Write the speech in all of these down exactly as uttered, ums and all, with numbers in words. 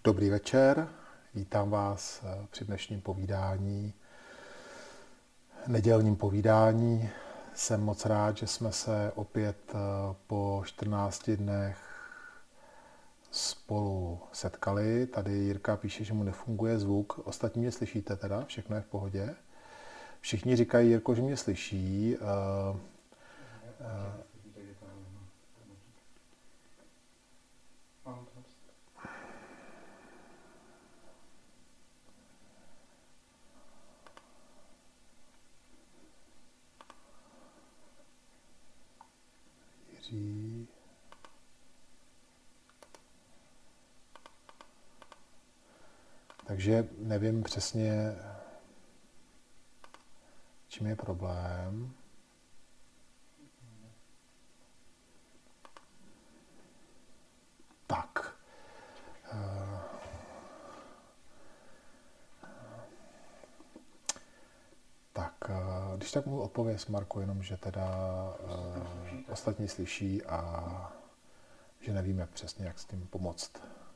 Dobrý večer, vítám vás při dnešním povídání, nedělním povídání. Jsem moc rád, že jsme se opět po čtrnácti dnech spolu setkali. Tady Jirka píše, že mu nefunguje zvuk. Ostatní mě slyšíte teda? Všechno je v pohodě? Všichni říkají, Jirko, že mě slyší. Uh, uh, Jiří. Takže nevím přesně, čím je problém. Tak. Tak, když tak mu odpověz, Marku, jenom, že teda uh, ostatní slyší a že nevím, jak přesně, jak s tím pomoct.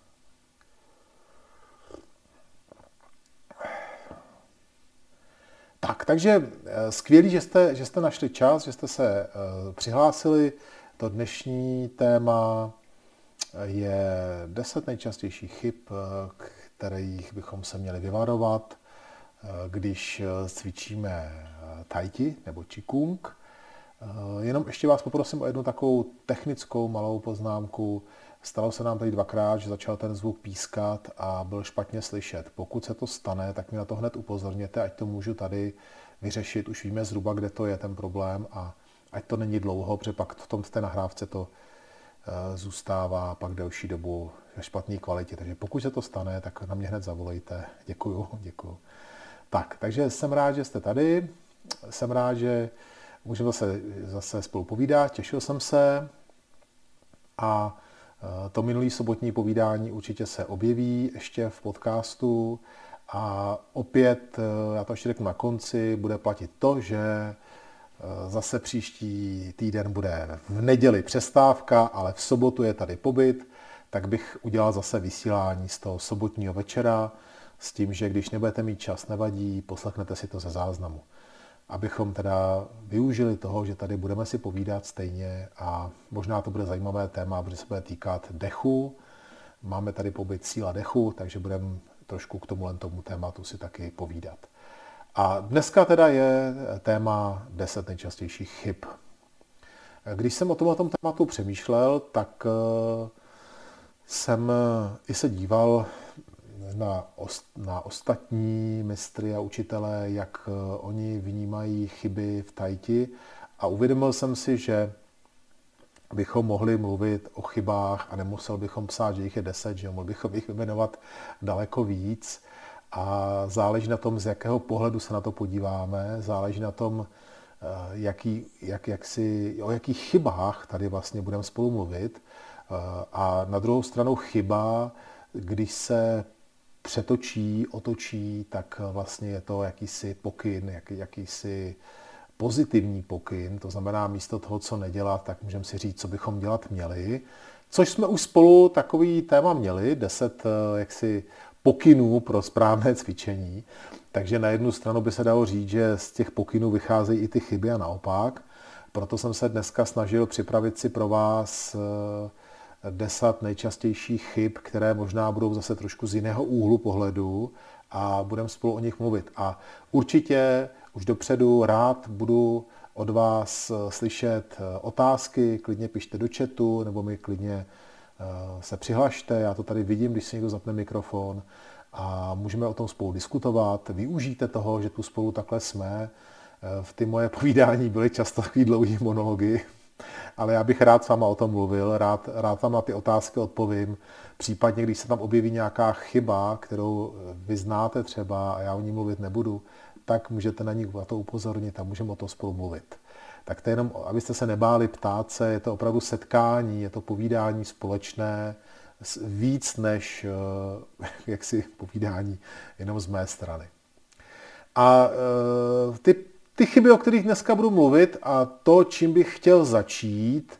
Tak, takže skvělý, že jste, že jste našli čas, že jste se uh, přihlásili. To dnešní téma je deset nejčastějších chyb, kterých bychom se měli vyvarovat, když cvičíme tai chi nebo qigong. Jenom ještě vás poprosím o jednu takovou technickou malou poznámku. Stalo se nám tady dvakrát, že začal ten zvuk pískat a byl špatně slyšet. Pokud se to stane, tak mi na to hned upozorněte, ať to můžu tady vyřešit. Už víme zhruba, kde to je ten problém a ať to není dlouho, protože pak v tom té nahrávce to zůstává pak delší dobu ve špatné kvalitě. Takže pokud se to stane, tak na mě hned zavolejte. Děkuju, děkuju. Tak, takže jsem rád, že jste tady. Jsem rád, že můžeme zase, zase spolu povídat. Těšil jsem se. A to minulý sobotní povídání určitě se objeví ještě v podcastu. A opět, já to ještě řeknu na konci, bude platit to, že zase příští týden bude v neděli přestávka, ale v sobotu je tady pobyt, tak bych udělal zase vysílání z toho sobotního večera s tím, že když nebudete mít čas, nevadí, poslechnete si to ze záznamu. Abychom teda využili toho, že tady budeme si povídat stejně a možná to bude zajímavé téma, protože se bude týkat dechu. Máme tady pobyt síla dechu, takže budeme trošku k tomuhle tomu tématu si taky povídat. A dneska teda je téma deset nejčastějších chyb. Když jsem o tomhle tématu přemýšlel, tak jsem i se díval na, ost, na ostatní mistry a učitele, jak oni vnímají chyby v tai chi a uvědomil jsem si, že bychom mohli mluvit o chybách a nemusel bychom psát, že jich je deset, že mohli bychom jich vyjmenovat daleko víc. A záleží na tom, z jakého pohledu se na to podíváme, záleží na tom, jaký, jak, jak si, o jakých chybách tady vlastně budeme spolu mluvit. A na druhou stranu chyba, když se přetočí, otočí, tak vlastně je to jakýsi pokyn, jaký, jakýsi pozitivní pokyn. To znamená, místo toho, co nedělat, tak můžeme si říct, co bychom dělat měli. Což jsme už spolu takový téma měli, deset jaksi pokynů pro správné cvičení. Takže na jednu stranu by se dalo říct, že z těch pokynů vycházejí i ty chyby a naopak. Proto jsem se dneska snažil připravit si pro vás deset nejčastějších chyb, které možná budou zase trošku z jiného úhlu pohledu a budeme spolu o nich mluvit. A určitě už dopředu rád budu od vás slyšet otázky, klidně pište do chatu, nebo mi klidně se přihlašte, já to tady vidím, když si někdo zapne mikrofon a můžeme o tom spolu diskutovat. Využijte toho, že tu spolu takhle jsme. V ty moje povídání byly často takový dlouhý monology, ale já bych rád s váma o tom mluvil, rád, rád vám na ty otázky odpovím. Případně, když se tam objeví nějaká chyba, kterou vy znáte třeba a já o ní mluvit nebudu, tak můžete na ní na to upozornit a můžeme o tom spolu mluvit. Tak to jenom, abyste se nebáli ptát se, je to opravdu setkání, je to povídání společné, víc než jaksi povídání jenom z mé strany. A ty, ty chyby, o kterých dneska budu mluvit a to, čím bych chtěl začít,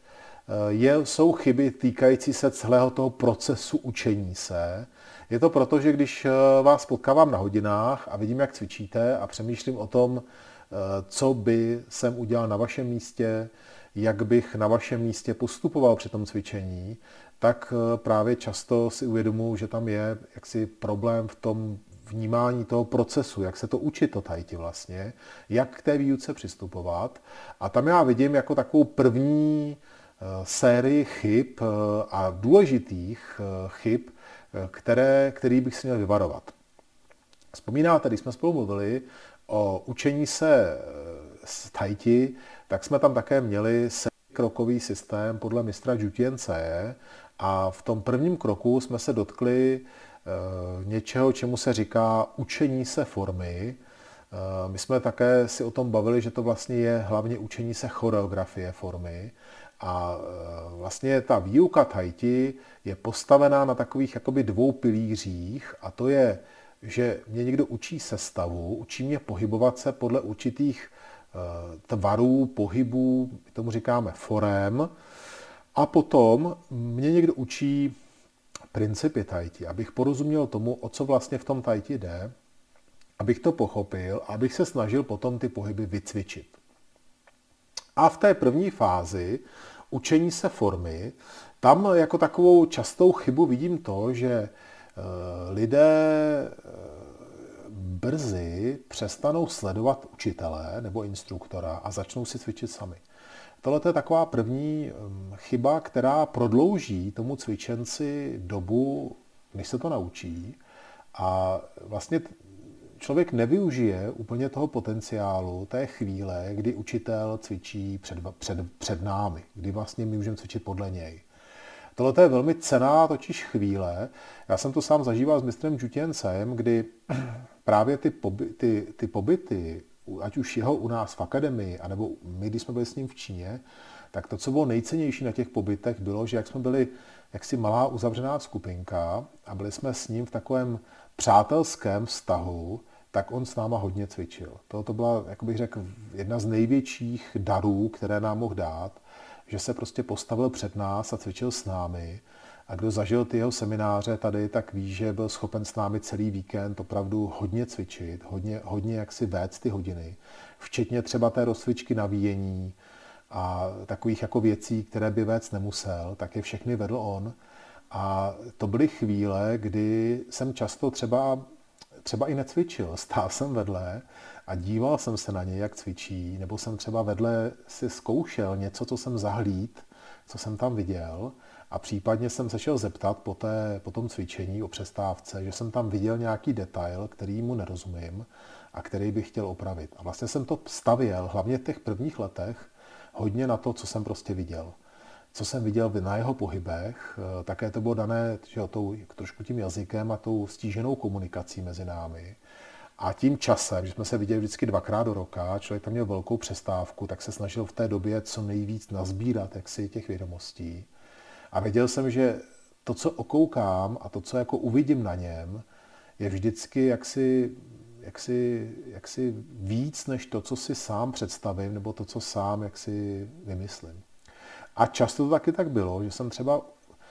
je, jsou chyby týkající se celého toho procesu učení se. Je to proto, že když vás potkávám na hodinách a vidím, jak cvičíte a přemýšlím o tom, co by jsem udělal na vašem místě, jak bych na vašem místě postupoval při tom cvičení, tak právě často si uvědomuji, že tam je jaksi problém v tom vnímání toho procesu, jak se to učit to tai chi vlastně, jak k té výuce přistupovat. A tam já vidím jako takovou první sérii chyb a důležitých chyb, které, který bych si měl vyvarovat. Vzpomínáte, když jsme spolu mluvili o učení se s tai chi, tak jsme tam také měli krokový systém podle mistra Jutience a v tom prvním kroku jsme se dotkli něčeho, čemu se říká učení se formy. My jsme také si o tom bavili, že to vlastně je hlavně učení se choreografie formy. A vlastně ta výuka tai chi je postavená na takových jakoby dvou pilířích a to je, že mě někdo učí sestavu, učí mě pohybovat se podle určitých tvarů, pohybů, my tomu říkáme forem, a potom mě někdo učí principy tai chi, abych porozuměl tomu, o co vlastně v tom tai chi jde, abych to pochopil a abych se snažil potom ty pohyby vycvičit. A v té první fázi učení se formy, tam jako takovou častou chybu vidím to, že lidé brzy přestanou sledovat učitele nebo instruktora a začnou si cvičit sami. Tohle je taková první chyba, která prodlouží tomu cvičenci dobu, než se to naučí. A vlastně člověk nevyužije úplně toho potenciálu té chvíle, kdy učitel cvičí před, před, před námi, kdy vlastně my můžeme cvičit podle něj. Tohle je velmi cenná totiž chvíle. Já jsem to sám zažíval s mistrem Jutiencem, kdy právě ty, poby, ty, ty pobyty, ať už jeho u nás v akademii, anebo my, když jsme byli s ním v Číně, tak to, co bylo nejcennější na těch pobytech, bylo, že jak jsme byli jaksi malá uzavřená skupinka a byli jsme s ním v takovém přátelském vztahu, tak on s náma hodně cvičil. To, to byla, jak bych řekl, jedna z největších darů, které nám mohl dát, že se prostě postavil před nás a cvičil s námi. A kdo zažil ty jeho semináře tady, tak ví, že byl schopen s námi celý víkend opravdu hodně cvičit, hodně, hodně jaksi vést ty hodiny, včetně třeba té rozcvičky navíjení a takových jako věcí, které by vést nemusel, tak je všechny vedl on. A to byly chvíle, kdy jsem často třeba, třeba i necvičil. Stál jsem vedle a díval jsem se na něj, jak cvičí, nebo jsem třeba vedle si zkoušel něco, co jsem zahlíd, co jsem tam viděl, a případně jsem se šel zeptat po, té, po tom cvičení o přestávce, že jsem tam viděl nějaký detail, který mu nerozumím a který bych chtěl opravit. A vlastně jsem to stavěl, hlavně v těch prvních letech, hodně na to, co jsem prostě viděl. Co jsem viděl na jeho pohybech, také to bylo dané že, tou, trošku tím jazykem a tou stíženou komunikací mezi námi. A tím časem, že jsme se viděli vždycky dvakrát do roka, člověk tam měl velkou přestávku, tak se snažil v té době co nejvíc nazbírat jaksi těch vědomostí. A věděl jsem, že to, co okoukám a to, co jako uvidím na něm, je vždycky jaksi, jaksi, jaksi víc, než to, co si sám představím, nebo to, co sám jaksi vymyslím. A často to taky tak bylo, že jsem třeba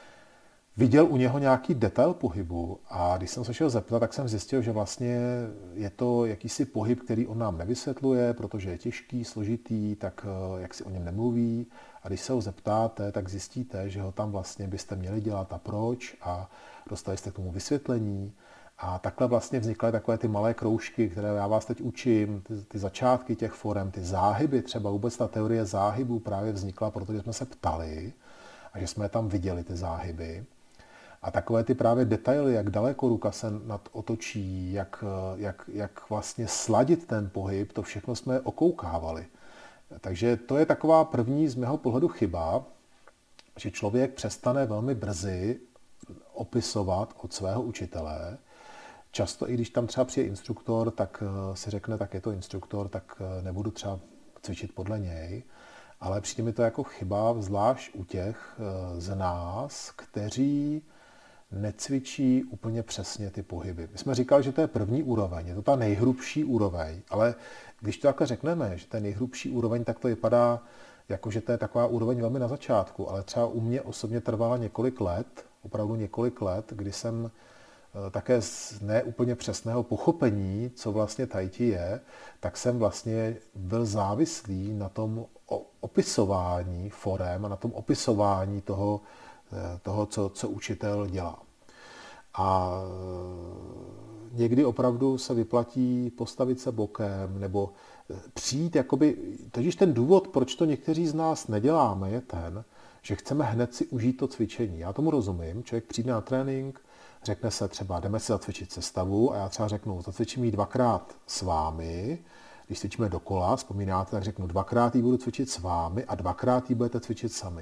viděl u něho nějaký detail pohybu a když jsem se šel zeptat, tak jsem zjistil, že vlastně je to jakýsi pohyb, který on nám nevysvětluje, protože je těžký, složitý, tak jak si o něm nemluví. A když se ho zeptáte, tak zjistíte, že ho tam vlastně byste měli dělat a proč a dostali jste k tomu vysvětlení. A takhle vlastně vznikaly takové ty malé kroužky, které já vás teď učím, ty, ty začátky těch forem, ty záhyby, třeba vůbec ta teorie záhybů právě vznikla, protože jsme se ptali a že jsme tam viděli ty záhyby. A takové ty právě detaily, jak daleko ruka se nad otočí, jak, jak, jak vlastně sladit ten pohyb, to všechno jsme okoukávali. Takže to je taková první z mého pohledu chyba, že člověk přestane velmi brzy opisovat od svého učitele. Často i když tam třeba přijde instruktor, tak si řekne, tak je to instruktor, tak nebudu třeba cvičit podle něj. Ale přijde mi to jako chyba, zvlášť u těch z nás, kteří necvičí úplně přesně ty pohyby. My jsme říkali, že to je první úroveň, je to ta nejhrubší úroveň, ale když to takhle řekneme, že to je nejhrubší úroveň, tak to vypadá jakože to je taková úroveň velmi na začátku, ale třeba u mě osobně trvala několik let, opravdu několik let, kdy jsem také z neúplně přesného pochopení, co vlastně tai chi je, tak jsem vlastně byl závislý na tom opisování forem a na tom opisování toho, toho co, co učitel dělá. A někdy opravdu se vyplatí postavit se bokem nebo přijít, jakoby, totiž ten důvod, proč to někteří z nás neděláme, je ten, že chceme hned si užít to cvičení. Já tomu rozumím, člověk přijde na trénink, řekne se třeba, jdeme si zacvičit sestavu a já třeba řeknu, zacvičím ji dvakrát s vámi, když cvičíme dokola, vzpomínáte, tak řeknu, dvakrát ji budu cvičit s vámi a dvakrát ji budete cvičit sami.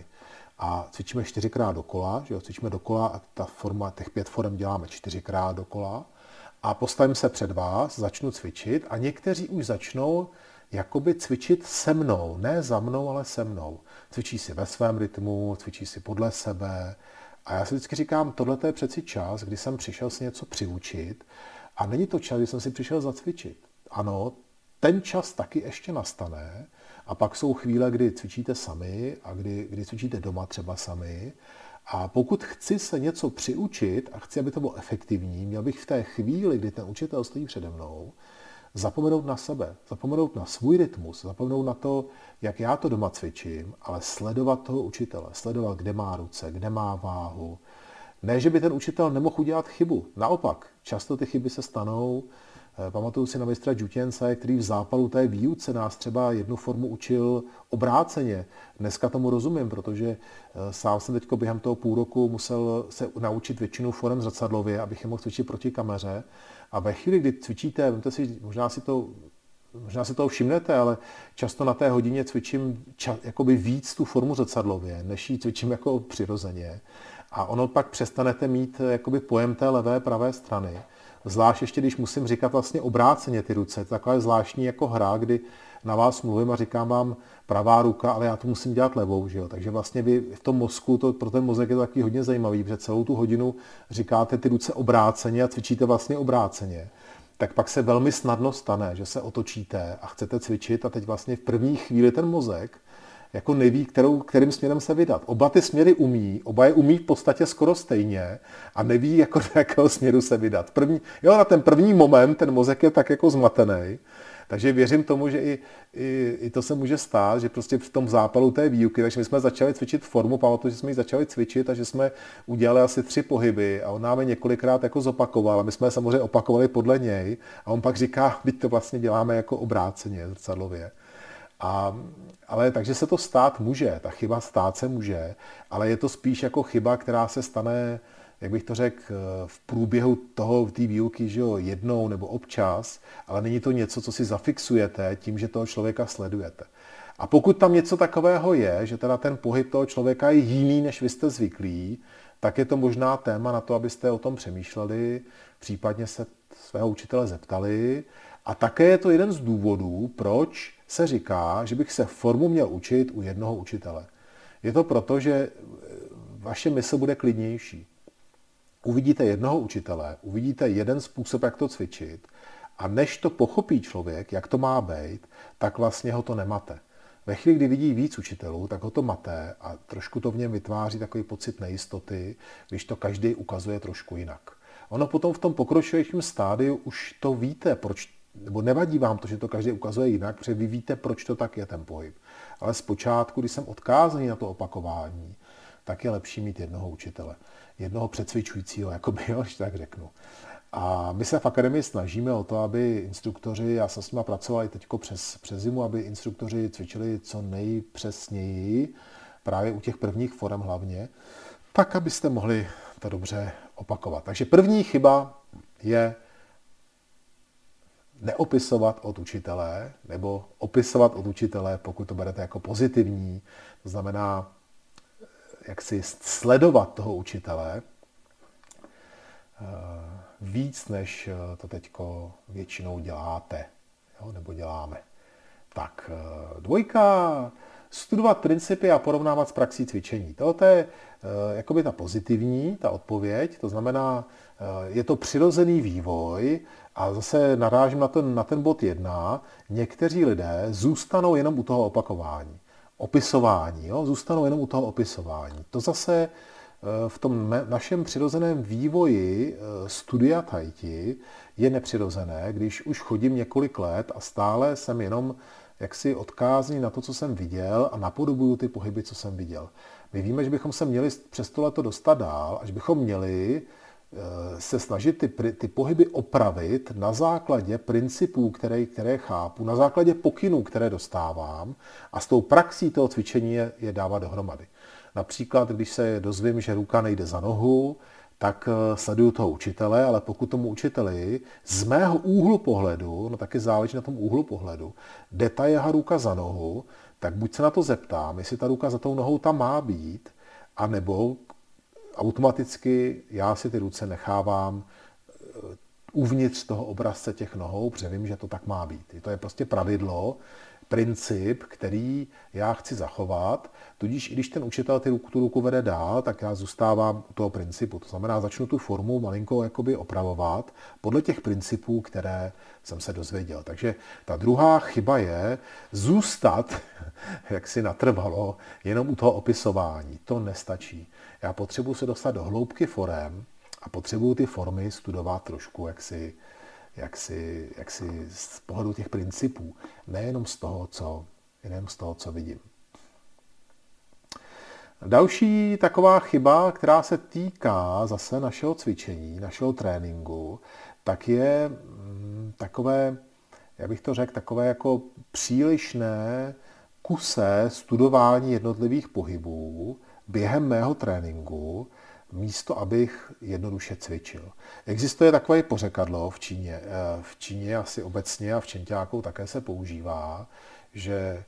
A cvičíme čtyřikrát dokola, že jo, cvičíme dokola a ta forma, těch pět forem děláme čtyřikrát dokola a postavím se před vás, začnu cvičit a někteří už začnou jakoby cvičit se mnou, ne za mnou, ale se mnou. Cvičí si ve svém rytmu, cvičí si podle sebe. A já si vždycky říkám, tohle je přeci čas, kdy jsem přišel si něco přiučit a není to čas, kdy jsem si přišel zacvičit. Ano, ten čas taky ještě nastane a pak jsou chvíle, kdy cvičíte sami a kdy, kdy cvičíte doma třeba sami. A pokud chci se něco přiučit a chci, aby to bylo efektivní, měl bych v té chvíli, kdy ten učitel stojí přede mnou, zapomenout na sebe, zapomenout na svůj rytmus, zapomenout na to, jak já to doma cvičím, ale sledovat toho učitele, sledovat, kde má ruce, kde má váhu. Ne, že by ten učitel nemohl udělat chybu. Naopak, často ty chyby se stanou. Pamatuju si na mistra Jutěnce, který v zápalu té výuce nás třeba jednu formu učil obráceně. Dneska tomu rozumím, protože sám jsem teď během toho půl roku musel se naučit většinu forem zrcadlově, abych je mohl cvičit proti kameře. A ve chvíli, kdy cvičíte, vemte si, možná si to, možná si toho všimnete, ale často na té hodině cvičím ča, jakoby víc tu formu zrcadlově, než ji cvičím jako přirozeně. A ono pak přestanete mít jakoby pojem té levé, pravé strany. Zvlášť ještě, když musím říkat vlastně obráceně ty ruce. To je taková zvláštní jako hra, kdy na vás mluvím a říkám vám pravá ruka, ale já to musím dělat levou. Že jo? Takže vlastně vy v tom mozku, to, pro ten mozek je to taky hodně zajímavý, protože celou tu hodinu říkáte ty ruce obráceně a cvičíte vlastně obráceně. Tak pak se velmi snadno stane, že se otočíte a chcete cvičit a teď vlastně v první chvíli ten mozek jako neví, kterou, kterým směrem se vydat. Oba ty směry umí, oba je umí v podstatě skoro stejně a neví, jako do jakého směru se vydat. První, jo, na ten první moment ten mozek je tak jako zmatený. Takže věřím tomu, že i, i, i to se může stát, že prostě v tom zápalu té výuky, takže my jsme začali cvičit formu, pamatuju, že jsme ji začali cvičit a že jsme udělali asi tři pohyby a on nám je několikrát jako zopakoval a my jsme samozřejmě opakovali podle něj a on pak říká, teď to vlastně děláme jako obráceně, zrcadlově. A, ale takže se to stát může, ta chyba stát se může, ale je to spíš jako chyba, která se stane, jak bych to řekl, v průběhu toho, té výuky, že jo, jednou nebo občas, ale není to něco, co si zafixujete tím, že toho člověka sledujete. A pokud tam něco takového je, že teda ten pohyb toho člověka je jiný, než vy jste zvyklí, tak je to možná téma na to, abyste o tom přemýšleli, případně se svého učitele zeptali. A také je to jeden z důvodů, proč se říká, že bych se formu měl učit u jednoho učitele. Je to proto, že vaše mysl bude klidnější. Uvidíte jednoho učitele, uvidíte jeden způsob, jak to cvičit a než to pochopí člověk, jak to má být, tak vlastně ho to nemate. Ve chvíli, kdy vidí víc učitelů, tak ho to maté a trošku to v něm vytváří takový pocit nejistoty, když to každý ukazuje trošku jinak. Ono potom v tom pokročilejším stádiu už to víte, proč, nebo nevadí vám to, že to každý ukazuje jinak, protože vy víte, proč to tak je ten pohyb. Ale zpočátku, když jsem odkázaný na to opakování, tak je lepší mít jednoho učitele. Jednoho přecvičujícího, jakoby, jo, když tak řeknu. A my se v akademii snažíme o to, aby instruktoři, já jsem s nimi pracoval i teď přes, přes zimu, aby instruktoři cvičili co nejpřesněji, právě u těch prvních forem hlavně, tak, abyste mohli to dobře opakovat. Takže první chyba je neopisovat od učitele, nebo opisovat od učitele, pokud to berete jako pozitivní, to znamená, jak si sledovat toho učitele víc, než to teďko většinou děláte, jo, nebo děláme. Tak, dvojka, studovat principy a porovnávat s praxí cvičení. To je jakoby ta pozitivní, ta odpověď, to znamená, je to přirozený vývoj a zase narážím na ten, na ten bod jedna, někteří lidé zůstanou jenom u toho opakování. opisování, jo? Zůstanou jenom u toho opisování. To zase v tom našem přirozeném vývoji studia tai chi je nepřirozené, když už chodím několik let a stále jsem jenom jaksi odkázný na to, co jsem viděl a napodobuju ty pohyby, co jsem viděl. My víme, že bychom se měli přes to leto dostat dál, až bychom měli se snažit ty, ty pohyby opravit na základě principů, které, které chápu, na základě pokynů, které dostávám a s tou praxí toho cvičení je, je dávat dohromady. Například, když se dozvím, že ruka nejde za nohu, tak sleduju toho učitele, ale pokud tomu učiteli z mého úhlu pohledu, no taky záleží na tom úhlu pohledu, jde ta jeho ruka za nohu, tak buď se na to zeptám, jestli ta ruka za tou nohou tam má být, anebo automaticky já si ty ruce nechávám uvnitř toho obrazce těch nohou, protože vím, že to tak má být. To je prostě pravidlo, princip, který já chci zachovat, tudíž i když ten učitel ty ruku, tu ruku vede dál, tak já zůstávám u toho principu. To znamená, začnu tu formu malinko jakoby opravovat podle těch principů, které jsem se dozvěděl. Takže ta druhá chyba je zůstat, jak si natrvalo, jenom u toho opisování. To nestačí. Já potřebuji se dostat do hloubky forem a potřebuji ty formy studovat trošku, jak si Jak si, jak si z pohledu těch principů, nejenom z toho, co, nejenom z toho, co vidím. Další taková chyba, která se týká zase našeho cvičení, našeho tréninku, tak je takové, já bych to řekl, takové jako přílišné kuse studování jednotlivých pohybů během mého tréninku, místo abych jednoduše cvičil. Existuje takové pořekadlo v Číně, v Číně asi obecně a v Čenťáku také se používá, že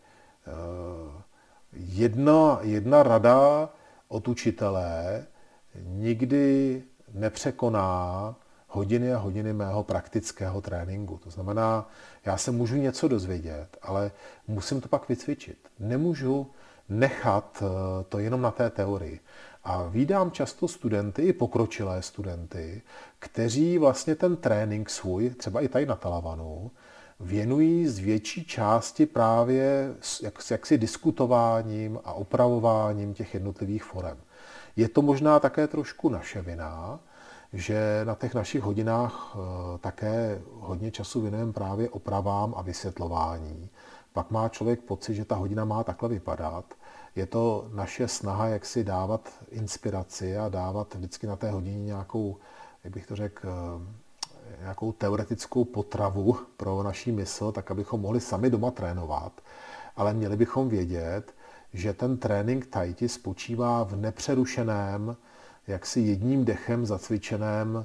jedna, jedna rada od učitele nikdy nepřekoná hodiny a hodiny mého praktického tréninku. To znamená, já se můžu něco dozvědět, ale musím to pak vycvičit. Nemůžu nechat to jenom na té teorii. A vídám často studenty, i pokročilé studenty, kteří vlastně ten trénink svůj, třeba i tady na Talavanu, věnují z větší části právě jak, jaksi diskutováním a opravováním těch jednotlivých forem. Je to možná také trošku naše vina, že na těch našich hodinách také hodně času věnujeme právě opravám a vysvětlování. Pak má člověk pocit, že ta hodina má takhle vypadat. Je to naše snaha, jak si dávat inspiraci a dávat vždycky na té hodině nějakou, jak bych to řekl, nějakou teoretickou potravu pro naši mysl, tak abychom mohli sami doma trénovat. Ale měli bychom vědět, že ten trénink tai chi spočívá v nepřerušeném, jaksi jedním dechem zacvičeném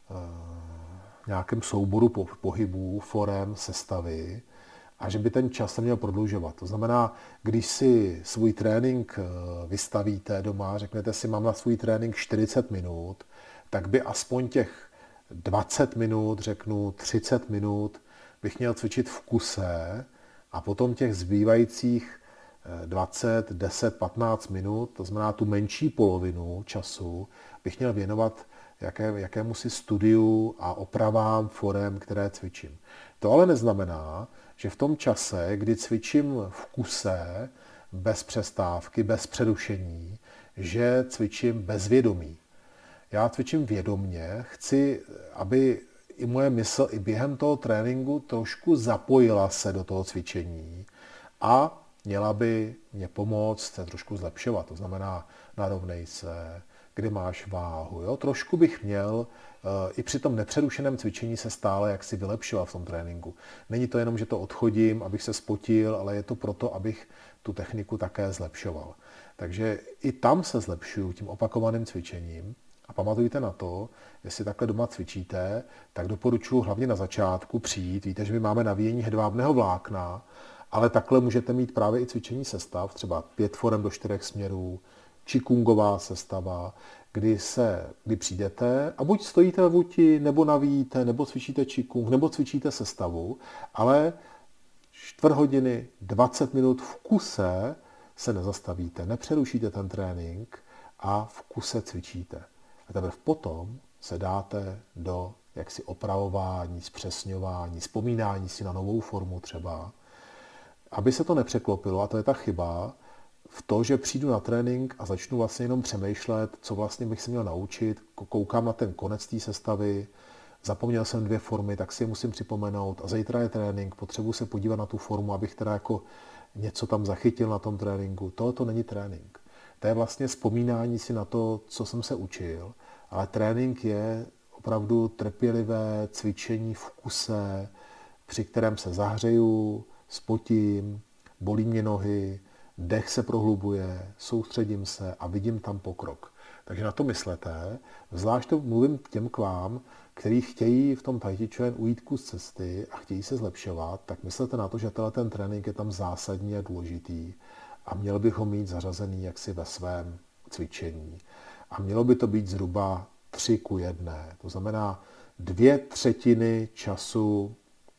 nějakém souboru pohybů, forem, sestavy, a že by ten čas se měl prodlužovat. To znamená, když si svůj trénink vystavíte doma, řeknete si, mám na svůj trénink čtyřicet minut, tak by aspoň těch dvacet minut, řeknu třicet minut, bych měl cvičit v kuse a potom těch zbývajících dvacet, deset, patnáct minut, to znamená tu menší polovinu času, bych měl věnovat jaké, jakému si studiu a opravám forem, které cvičím. To ale neznamená, že v tom čase, kdy cvičím v kuse, bez přestávky, bez přerušení, že cvičím bez vědomí. Já cvičím vědomně, chci, aby i moje mysl i během toho tréninku trošku zapojila se do toho cvičení a měla by mě pomoct se trošku zlepšovat. To znamená, narovnej se, kdy máš váhu. Jo? Trošku bych měl i při tom nepřerušeném cvičení se stále jaksi vylepšovat v tom tréninku. Není to jenom, že to odchodím, abych se spotil, ale je to proto, abych tu techniku také zlepšoval. Takže i tam se zlepšuju tím opakovaným cvičením. A pamatujte na to, jestli takhle doma cvičíte, tak doporučuji hlavně na začátku přijít. Víte, že my máme navíjení hedvábného vlákna, ale takhle můžete mít právě i cvičení sestav, třeba pět forem do čtyřech směrů, qigongová sestava, kdy, se, kdy přijdete a buď stojíte v huti, nebo navíjíte, nebo cvičíte qigong, nebo cvičíte sestavu, ale čtvrt hodiny, dvacet minut v kuse se nezastavíte, nepřerušíte ten trénink a v kuse cvičíte. A teprve potom se dáte do jaksi opravování, zpřesňování, vzpomínání si na novou formu třeba, aby se to nepřeklopilo, a to je ta chyba, v to, že přijdu na trénink a začnu vlastně jenom přemýšlet, co vlastně bych se měl naučit, koukám na ten konec té sestavy, zapomněl jsem dvě formy, tak si je musím připomenout a zítra je trénink, potřebuji se podívat na tu formu, abych teda jako něco tam zachytil na tom tréninku. Tohle to není trénink. To je vlastně vzpomínání si na to, co jsem se učil, ale trénink je opravdu trpělivé cvičení v kuse, při kterém se zahřeju, spotím, bolí mě nohy, dech se prohlubuje, soustředím se a vidím tam pokrok. Takže na to myslete, zvlášť to mluvím těm k vám, kteří chtějí v tom Tai Chi Chuan ujít kus cesty a chtějí se zlepšovat, tak myslete na to, že tenhle ten trénink je tam zásadní a důležitý a měl bych ho mít zařazený jaksi ve svém cvičení. A mělo by to být zhruba tři ku jedné. To znamená, dvě třetiny času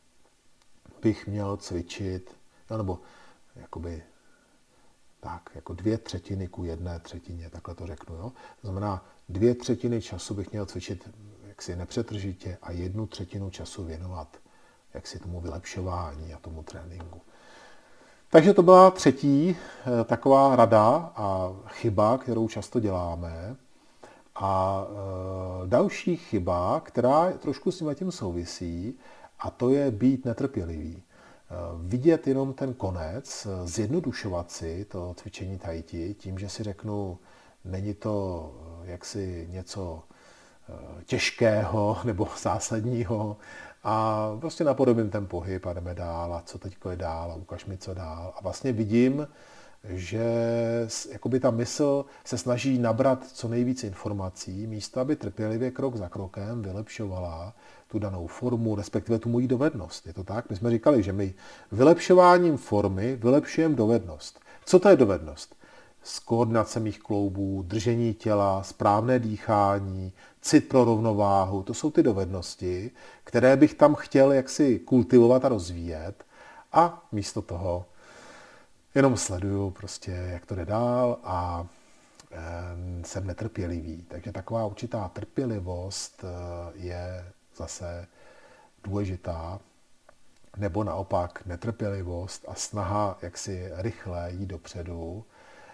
bych měl cvičit, no, nebo jakoby tak, jako dvě třetiny ku jedné třetině, takhle to řeknu. Jo? To znamená, dvě třetiny času bych měl cvičit jaksi nepřetržitě a jednu třetinu času věnovat jaksi tomu vylepšování a tomu tréninku. Takže to byla třetí taková rada a chyba, kterou často děláme. A e, další chyba, která trošku s tím souvisí, a to je být netrpělivý. E, vidět jenom ten konec, zjednodušovat si to cvičení Tai Chi tím, že si řeknu, není to jaksi něco těžkého nebo zásadního a prostě napodobím ten pohyb a jdeme dál a co teďko je dál a ukaž mi, co dál. A vlastně vidím, že jakoby ta mysl se snaží nabrat co nejvíc informací, místo aby trpělivě krok za krokem vylepšovala tu danou formu, respektive tu moji dovednost. Je to tak? My jsme říkali, že my vylepšováním formy vylepšujeme dovednost. Co to je dovednost? Z koordinace mých kloubů, držení těla, správné dýchání, cit pro rovnováhu, to jsou ty dovednosti, které bych tam chtěl jaksi kultivovat a rozvíjet a místo toho jenom sleduju prostě, jak to jde dál a e, jsem netrpělivý. Takže taková určitá trpělivost je zase důležitá, nebo naopak netrpělivost a snaha jaksi rychle jít dopředu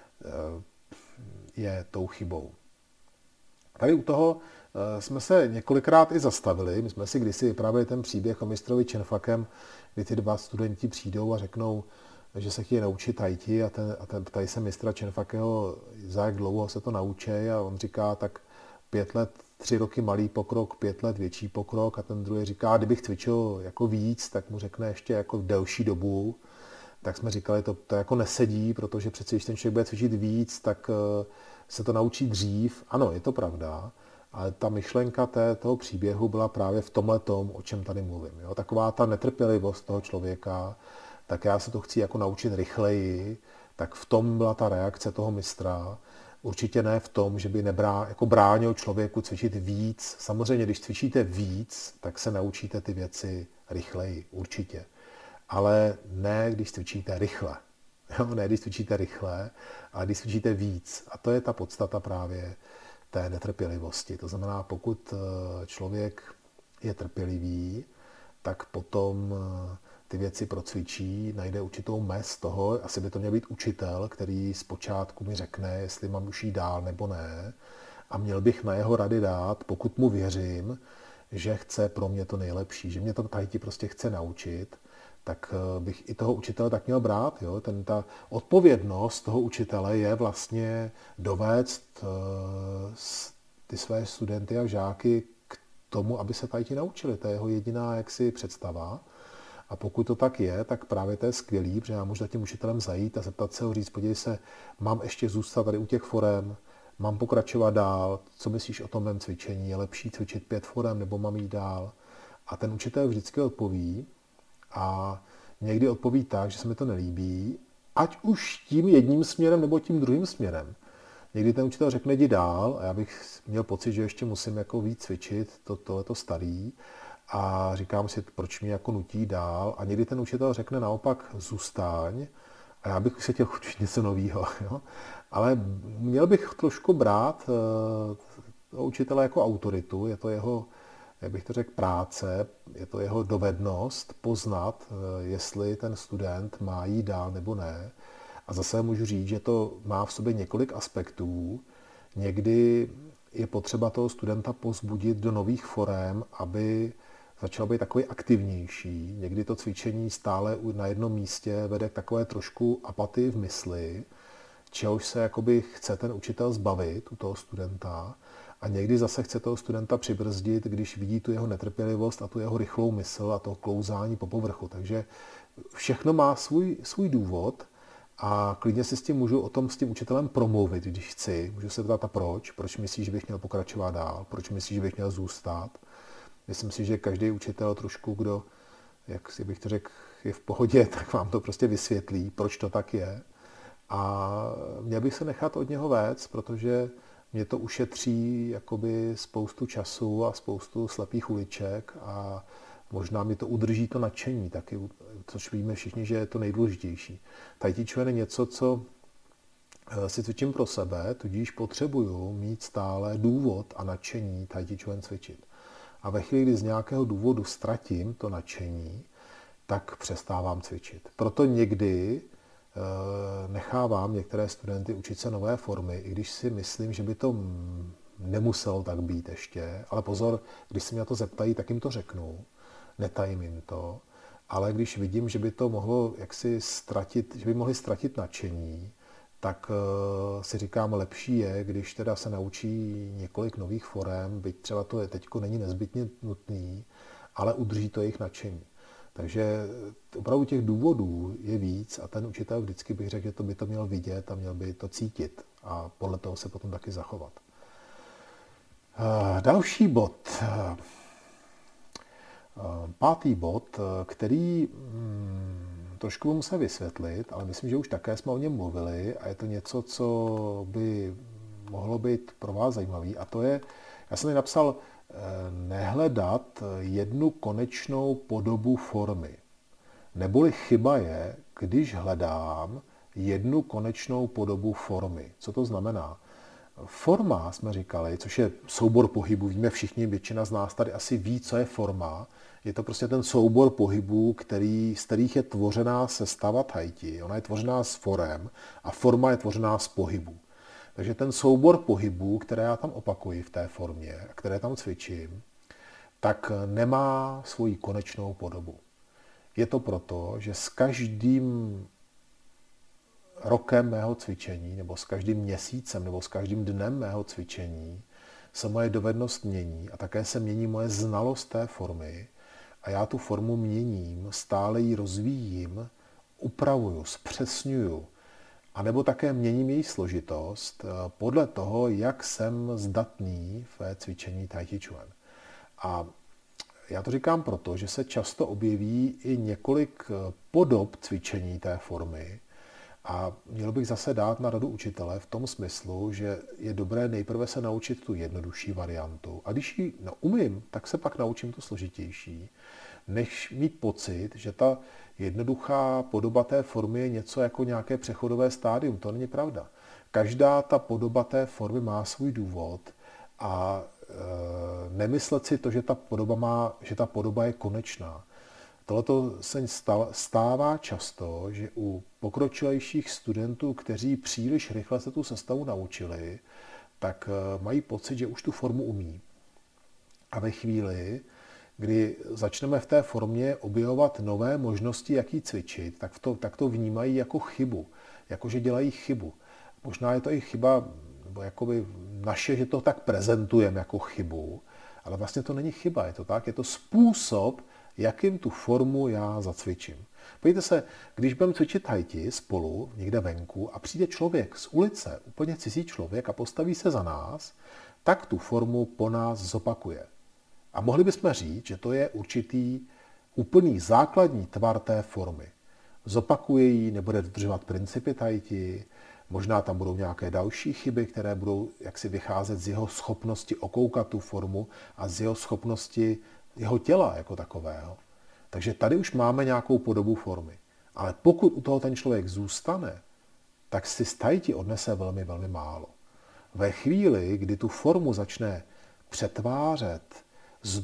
je tou chybou. Tady u toho jsme se několikrát i zastavili. My jsme si kdysi vyprávěli ten příběh o mistrovi Čenfakem, kdy ty dva studenti přijdou a řeknou, že se chtějí naučit Tai Chi a, ten, a ten, ptají se mistra Čenfakeho, za jak dlouho se to naučí a on říká, tak pět let, tři roky malý pokrok, pět let větší pokrok a ten druhý říká, kdybych cvičil jako víc, tak mu řekne ještě jako delší dobu. Tak jsme říkali, to, to jako nesedí, protože přece, když ten člověk bude cvičit víc, tak se to naučí dřív. Ano, je to pravda, ale ta myšlenka té, toho příběhu byla právě v tomhletom, o čem tady mluvím. Jo? Taková ta netrpělivost toho člověka, tak já se to chci jako naučit rychleji, tak v tom byla ta reakce toho mistra. Určitě ne v tom, že by nebrá, jako bránil člověku cvičit víc. Samozřejmě, když cvičíte víc, tak se naučíte ty věci rychleji, určitě. Ale ne, když cvičíte rychle. Jo, ne, když cvičíte rychle, ale když cvičíte víc. A to je ta podstata právě té netrpělivosti. To znamená, pokud člověk je trpělivý, tak potom ty věci procvičí, najde určitou mez toho, asi by to měl být učitel, který zpočátku mi řekne, jestli mám už jít dál nebo ne. A měl bych na jeho rady dát, pokud mu věřím, že chce pro mě to nejlepší, že mě to Tai Chi prostě chce naučit, tak bych i toho učitele tak měl brát. Jo? Ten, ta odpovědnost toho učitele je vlastně dovést uh, ty své studenty a žáky k tomu, aby se Tai Chi naučili. To je jeho jediná jaksi představa. A pokud to tak je, tak právě to je skvělý, protože já můžu za tím učitelem zajít a zeptat se ho, říct, podívej se, mám ještě zůstat tady u těch forem, mám pokračovat dál, co myslíš o tom mém cvičení, je lepší cvičit pět forem, nebo mám jít dál? A ten učitel vždycky odpoví a někdy odpoví tak, že se mi to nelíbí, ať už tím jedním směrem, nebo tím druhým směrem. Někdy ten učitel řekne, jdi dál a já bych měl pocit, že ještě musím jako víc cvičit, to, tohleto starý. A říkám si, proč mě jako nutí dál. A někdy ten učitel řekne naopak, zůstaň. A já bych si chtěl učit něco nového. Jo? Ale měl bych trošku brát toho učitele jako autoritu. Je to jeho, jak bych to řekl, práce, je to jeho dovednost poznat, jestli ten student má jít dál nebo ne. A zase můžu říct, že to má v sobě několik aspektů. Někdy je potřeba toho studenta povzbudit do nových forem, aby začal být takový aktivnější. Někdy to cvičení stále na jednom místě vede k takové trošku apatii v mysli, čehož se jakoby chce ten učitel zbavit u toho studenta. A někdy zase chce toho studenta přibrzdit, když vidí tu jeho netrpělivost a tu jeho rychlou mysl a to klouzání po povrchu. Takže všechno má svůj, svůj důvod a klidně si s tím můžu o tom s tím učitelem promluvit, když chci. Můžu se ptát, a proč? Proč myslíš, že bych měl pokračovat dál? Proč myslíš, že bych měl zůstat? Myslím si, že každý učitel trošku, kdo, jak si bych to řekl, je v pohodě, tak vám to prostě vysvětlí, proč to tak je. A měl bych se nechat od něho vést, protože mě to ušetří jakoby spoustu času a spoustu slepých uliček a možná mi to udrží to nadšení taky, což víme všichni, že je to nejdůležitější. Tai Chi Chuan je něco, co si cvičím pro sebe, tudíž potřebuju mít stále důvod a nadšení Tai Chi Chuan cvičit. A ve chvíli, kdy z nějakého důvodu ztratím to nadšení, tak přestávám cvičit. Proto někdy nechávám některé studenty učit se nové formy, i když si myslím, že by to nemuselo tak být ještě. Ale pozor, když se mě na to zeptají, tak jim to řeknu. Netajím jim to. Ale když vidím, že by to mohlo jaksi ztratit, že by mohli ztratit nadšení, tak si říkám, lepší je, když teda se naučí několik nových forem, byť třeba to teďko není nezbytně nutný, ale udrží to jejich nadšení. Takže opravdu těch důvodů je víc a ten učitel vždycky bych řekl, že to by to měl vidět a měl by to cítit a podle toho se potom taky zachovat. Další bod. Pátý bod, který hmm, trošku musím vysvětlit, ale myslím, že už také jsme o něm mluvili a je to něco, co by mohlo být pro vás zajímavý a to je, já jsem tady napsal, nehledat jednu konečnou podobu formy. Neboli chyba je, když hledám jednu konečnou podobu formy. Co to znamená? Forma, jsme říkali, což je soubor pohybů, víme všichni, většina z nás tady asi ví, co je forma. Je to prostě ten soubor pohybů, který, z kterých je tvořená sestava Tai Chi. Ona je tvořená z forem a forma je tvořená z pohybů. Takže ten soubor pohybů, které já tam opakuji v té formě, které tam cvičím, tak nemá svoji konečnou podobu. Je to proto, že s každým rokem mého cvičení, nebo s každým měsícem, nebo s každým dnem mého cvičení se moje dovednost mění a také se mění moje znalost té formy a já tu formu měním, stále ji rozvíjím, upravuju, zpřesňuju, a nebo také měním její složitost podle toho, jak jsem zdatný ve cvičení Tai Chi Chuan. A já to říkám proto, že se často objeví i několik podob cvičení té formy a měl bych zase dát na radu učitele v tom smyslu, že je dobré nejprve se naučit tu jednodušší variantu a když ji no, umím, tak se pak naučím tu složitější, než mít pocit, že ta jednoduchá podoba té formy je něco jako nějaké přechodové stádium. To není pravda. Každá ta podoba té formy má svůj důvod a e, nemyslet si to, že ta podoba má, že ta podoba je konečná. Tohleto se stává často, že u pokročilejších studentů, kteří příliš rychle se tu sestavu naučili, tak mají pocit, že už tu formu umí. A ve chvíli, kdy začneme v té formě objevovat nové možnosti, jak ji cvičit, tak to, tak to vnímají jako chybu, jako že dělají chybu. Možná je to i chyba, nebo jakoby naše, že to tak prezentujeme jako chybu, ale vlastně to není chyba, je to tak, je to způsob, jakým tu formu já zacvičím. Podívejte se, když budeme cvičit Tai Chi spolu někde venku a přijde člověk z ulice, úplně cizí člověk a postaví se za nás, tak tu formu po nás zopakuje. A mohli bychom říct, že to je určitý úplný základní tvar té formy. Zopakuje ji, nebude dodržovat principy Tai Chi, možná tam budou nějaké další chyby, které budou jaksi vycházet z jeho schopnosti okoukat tu formu a z jeho schopnosti jeho těla jako takového. Takže tady už máme nějakou podobu formy. Ale pokud u toho ten člověk zůstane, tak si z Tai Chi odnese velmi, velmi málo. Ve chvíli, kdy tu formu začne přetvářet,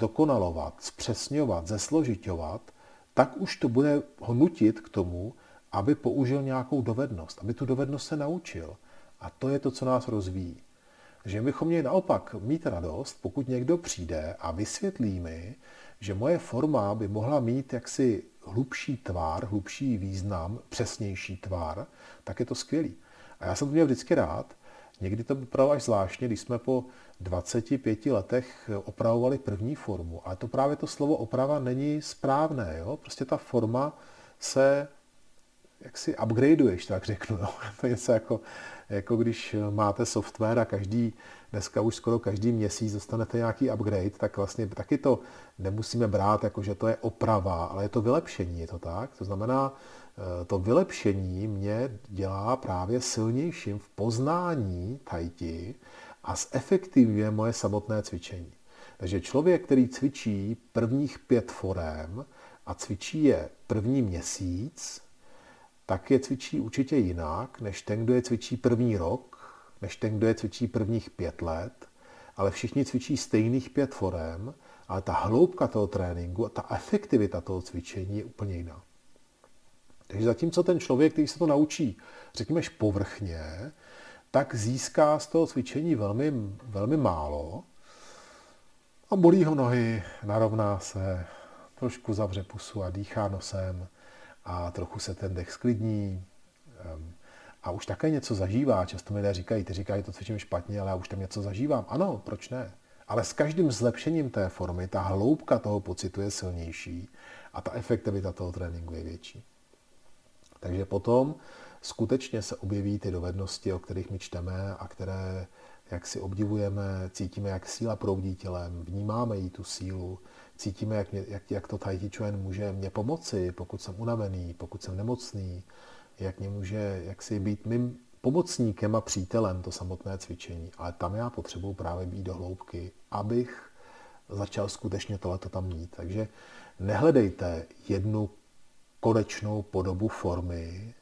zdokonalovat, zpřesňovat, zesložiťovat, tak už to bude ho nutit k tomu, aby použil nějakou dovednost, aby tu dovednost se naučil. A to je to, co nás rozvíjí. Že bychom měli naopak mít radost, pokud někdo přijde a vysvětlí mi, že moje forma by mohla mít jaksi hlubší tvar, hlubší význam, přesnější tvar, tak je to skvělý. A já jsem to měl vždycky rád. Někdy to bylo až zvláštně, když jsme po dvaceti pěti letech opravovali první formu. Ale to právě to slovo oprava není správné. Jo? Prostě ta forma se jak si upgradeuješ, tak řeknu. Jo? To je něco jako, jako když máte software a každý, dneska už skoro každý měsíc dostanete nějaký upgrade, tak vlastně taky to nemusíme brát jako, že to je oprava, ale je to vylepšení, je to tak? To znamená, to vylepšení mě dělá právě silnějším v poznání tajti a zefektivňuje moje samotné cvičení. Takže člověk, který cvičí prvních pět forem a cvičí je první měsíc, tak je cvičí určitě jinak, než ten, kdo je cvičí první rok, než ten, kdo je cvičí prvních pět let, ale všichni cvičí stejných pět forem, ale ta hloubka toho tréninku a ta efektivita toho cvičení je úplně jiná. Takže zatímco ten člověk, který se to naučí, řekněme, povrchně, tak získá z toho cvičení velmi, velmi málo a bolí ho nohy, narovná se, trošku zavře pusu a dýchá nosem a trochu se ten dech sklidní a už také něco zažívá. Často mi lidé říkají, ty říkají, to cvičím špatně, ale já už tam něco zažívám. Ano, proč ne? Ale s každým zlepšením té formy ta hloubka toho pocitu je silnější a ta efektivita toho tréninku je větší. Takže potom skutečně se objeví ty dovednosti, o kterých my čteme a které, jak si obdivujeme, cítíme, jak síla proudí tělem, vnímáme jí tu sílu, cítíme, jak, mě, jak, jak to Tai Chi Chuan může mě pomoci, pokud jsem unavený, pokud jsem nemocný, jak mě může jak si být mým pomocníkem a přítelem to samotné cvičení. Ale tam já potřebuji právě být do hloubky, abych začal skutečně tohleto tam mít. Takže nehledejte jednu konečnou podobu formy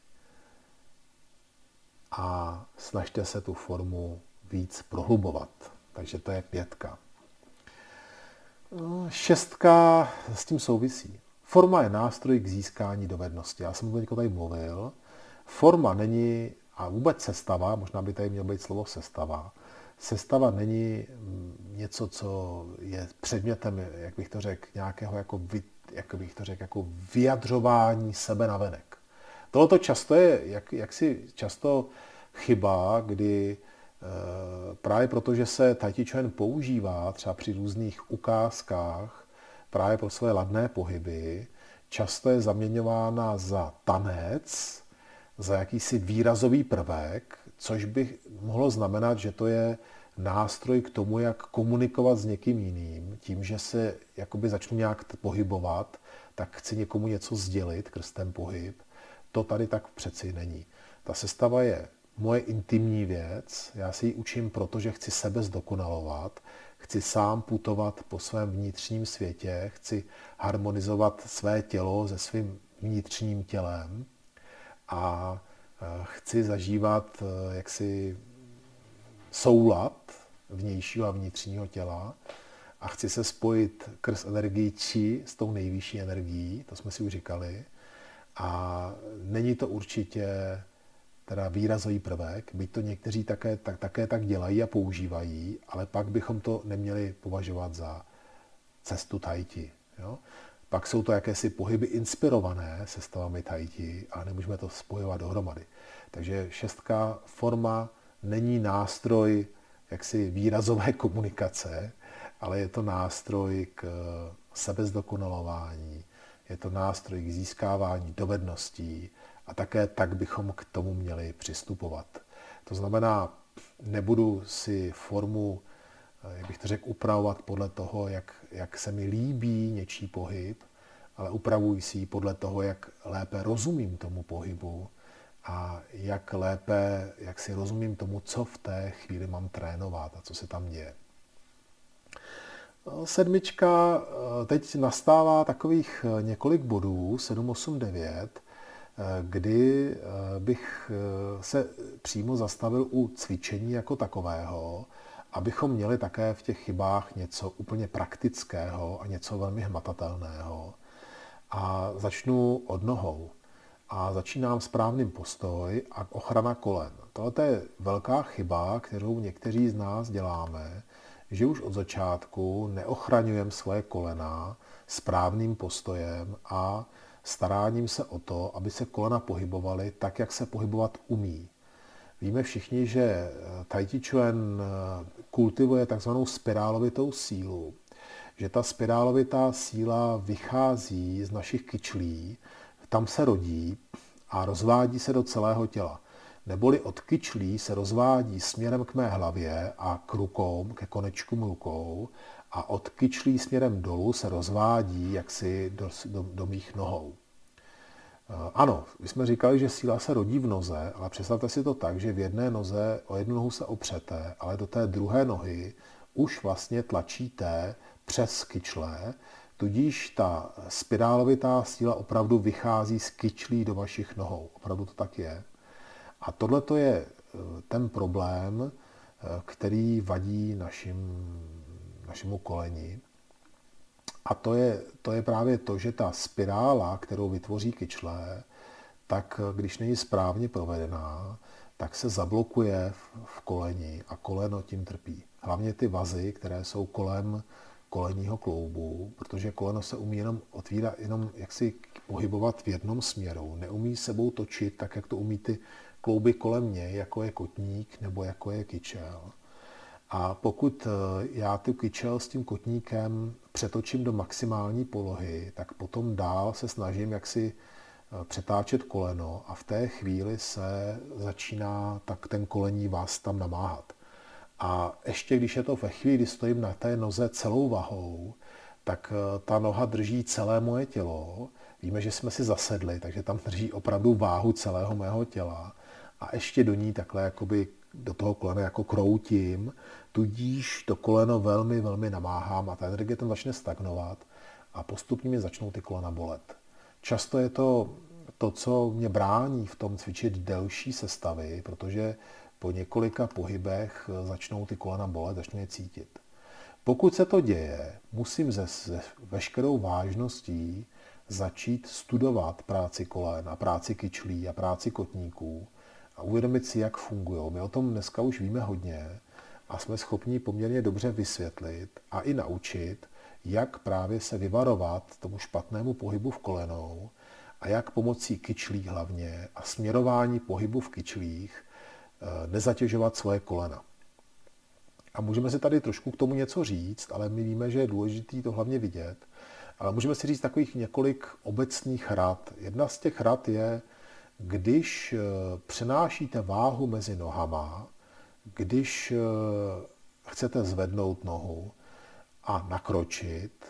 a snažte se tu formu víc prohlubovat. Takže to je pětka. Šestka s tím souvisí. Forma je nástroj k získání dovednosti. Já jsem o tom tady mluvil. Forma není, a vůbec sestava, možná by tady mělo být slovo sestava, sestava není něco, co je předmětem, jak bych to řekl, nějakého jako, jak bych to řekl, jako vyjadřování sebe navenek. Tohle často je, jak, jak si často chyba, kdy e, právě protože se Tai Chi Chuan používá třeba při různých ukázkách právě pro své ladné pohyby, často je zaměňována za tanec, za jakýsi výrazový prvek, což by mohlo znamenat, že to je nástroj k tomu, jak komunikovat s někým jiným. Tím, že se jakoby začnu nějak pohybovat, tak chci někomu něco sdělit skrz ten pohyb. To tady tak přeci není. Ta sestava je moje intimní věc, já si ji učím, protože chci sebe zdokonalovat, chci sám putovat po svém vnitřním světě, chci harmonizovat své tělo se svým vnitřním tělem a chci zažívat jaksi soulad vnějšího a vnitřního těla a chci se spojit krz energii Chi s tou nejvyšší energií, to jsme si už říkali. A není to určitě teda výrazový prvek, byť to někteří také tak, také tak dělají a používají, ale pak bychom to neměli považovat za cestu Tai Chi. Jo? Pak jsou to jakési pohyby inspirované sestavami Tai Chi, ale nemůžeme to spojovat dohromady. Takže šestka forma není nástroj jaksi výrazové komunikace, ale je to nástroj k sebezdokonalování, je to nástroj k získávání dovedností a také tak bychom k tomu měli přistupovat. To znamená, nebudu si formu, jak bych to řekl, upravovat podle toho, jak, jak se mi líbí něčí pohyb, ale upravuji si ji podle toho, jak lépe rozumím tomu pohybu a jak lépe, jak si rozumím tomu, co v té chvíli mám trénovat a co se tam děje. Sedmička, teď nastává takových několik bodů, sedm, osm, devět, kdy bych se přímo zastavil u cvičení jako takového, abychom měli také v těch chybách něco úplně praktického a něco velmi hmatatelného. A začnu od nohou. a začínám správným postoj a ochrana kolen. Tohle je velká chyba, kterou někteří z nás děláme, že už od začátku neochraňujeme svoje kolena správným postojem a staráním se o to, aby se kolena pohybovaly tak, jak se pohybovat umí. Víme všichni, že Tai Chi Chuan kultivuje takzvanou spirálovitou sílu, že ta spirálovitá síla vychází z našich kyčlí, tam se rodí a rozvádí se do celého těla. Neboli od kyčlí se rozvádí směrem k mé hlavě a k rukou, ke konečkům rukou a od kyčlí směrem dolů se rozvádí jaksi do, do, do mých nohou. Ano, my jsme říkali, že síla se rodí v noze, ale představte si to tak, že v jedné noze o jednu nohu se opřete, ale do té druhé nohy už vlastně tlačíte přes kyčle, tudíž ta spirálovitá síla opravdu vychází z kyčlí do vašich nohou. Opravdu to tak je. A tohle to je ten problém, který vadí našim, našemu koleni. A to je, to je právě to, že ta spirála, kterou vytvoří kyčle, tak když není správně provedená, tak se zablokuje v, v koleni a koleno tím trpí. Hlavně ty vazy, které jsou kolem kolenního kloubu, protože koleno se umí jenom otvírat, jenom jaksi pohybovat v jednom směru. Neumí sebou točit tak, jak to umí ty klouby kolem něj, jako je kotník nebo jako je kyčel. A pokud já tu kyčel s tím kotníkem přetočím do maximální polohy, tak potom dál se snažím jaksi přetáčet koleno a v té chvíli se začíná tak ten kolenní vaz tam namáhat. A ještě když je to ve chvíli, kdy stojím na té noze celou vahou, tak ta noha drží celé moje tělo. Víme, že jsme si zasedli, takže tam drží opravdu váhu celého mého těla. A ještě do ní takhle jakoby do toho kolena jako kroutím, tudíž to koleno velmi, velmi namáhám a ta energie tam začne stagnovat a postupně mě začnou ty kolena bolet. Často je to to, co mě brání v tom cvičit delší sestavy, protože po několika pohybech začnou ty kolena bolet, začnou je cítit. Pokud se to děje, musím se, se veškerou vážností začít studovat práci kolen a práci kyčlí a práci kotníků a uvědomit si, jak fungují. My o tom dneska už víme hodně a jsme schopni poměrně dobře vysvětlit a i naučit, jak právě se vyvarovat tomu špatnému pohybu v kolenou a jak pomocí kyčlí hlavně a směrování pohybu v kyčlích nezatěžovat svoje kolena. A můžeme si tady trošku k tomu něco říct, ale my víme, že je důležité to hlavně vidět. Ale můžeme si říct takových několik obecných rad. Jedna z těch rad je, když přenášíte váhu mezi nohama, když chcete zvednout nohu a nakročit,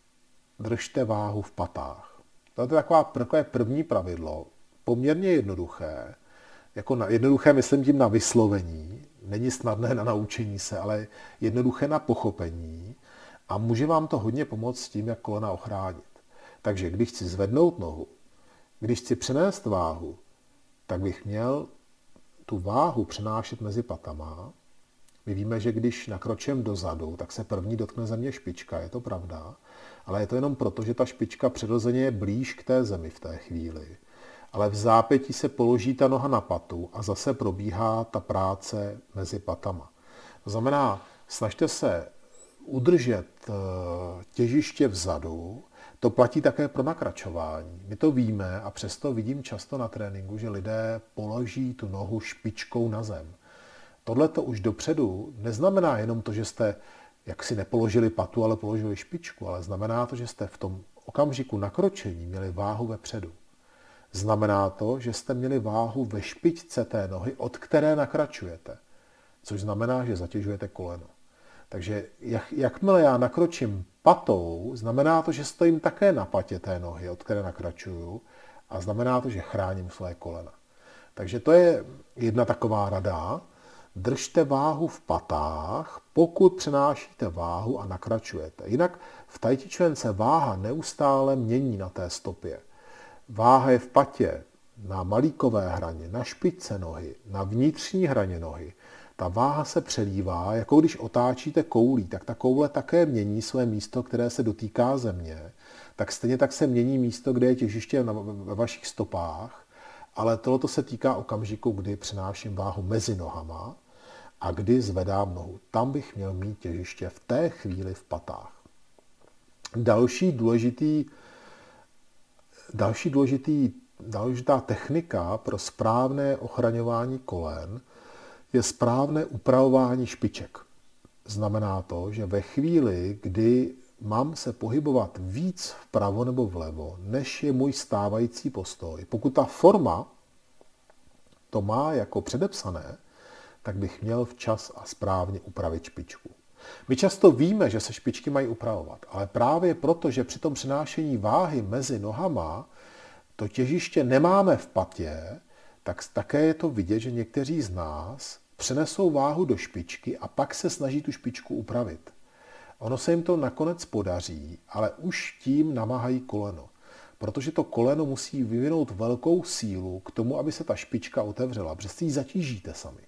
držte váhu v patách. To je taková, takové první pravidlo, poměrně jednoduché, jako na, jednoduché myslím tím na vyslovení, není snadné na naučení se, ale jednoduché na pochopení a může vám to hodně pomoct s tím, jak kolena ochránit. Takže když chci zvednout nohu, když chci přenést váhu, tak bych měl tu váhu přenášet mezi patama. My víme, že když nakročím dozadu, tak se první dotkne země špička, je to pravda, ale je to jenom proto, že ta špička přirozeně je blíž k té zemi v té chvíli. Ale v zápětí se položí ta noha na patu a zase probíhá ta práce mezi patama. To znamená, snažte se udržet těžiště vzadu. To platí také pro nakračování. My to víme a přesto vidím často na tréninku, že lidé položí tu nohu špičkou na zem. Tohle to už dopředu neznamená jenom to, že jste jaksi nepoložili patu, ale položili špičku, ale znamená to, že jste v tom okamžiku nakročení měli váhu vepředu. Znamená to, že jste měli váhu ve špičce té nohy, od které nakračujete, což znamená, že zatěžujete koleno. Takže jak, jakmile já nakročím patou, znamená to, že stojím také na patě té nohy, od které nakračuju, a znamená to, že chráním své kolena. Takže to je jedna taková rada. Držte váhu v patách, pokud přenášíte váhu a nakračujete. Jinak v Tai Chi Chuan se váha neustále mění na té stopě. Váha je v patě, na malíkové hraně, na špičce nohy, na vnitřní hraně nohy. Ta váha se přelívá, jako když otáčíte koulí, tak ta koule také mění své místo, které se dotýká země. Tak stejně tak se mění místo, kde je těžiště ve vašich stopách. ale tohle se týká okamžiku, kdy přenáším váhu mezi nohama a kdy zvedám nohu. Tam bych měl mít těžiště v té chvíli v patách. Další důležitý, další důležitý, důležitá technika pro správné ochraňování kolen je správné upravování špiček. Znamená to, že ve chvíli, kdy mám se pohybovat víc vpravo nebo vlevo, než je můj stávající postoj, pokud ta forma to má jako předepsané, tak bych měl včas a správně upravit špičku. My často víme, že se špičky mají upravovat, ale právě proto, že při tom přenášení váhy mezi nohama to těžiště nemáme v patě, tak také je to vidět, že někteří z nás přenesou váhu do špičky a pak se snaží tu špičku upravit. Ono se jim to nakonec podaří, ale už tím namáhají koleno. Protože to koleno musí vyvinout velkou sílu k tomu, aby se ta špička otevřela, protože si ji zatížíte sami.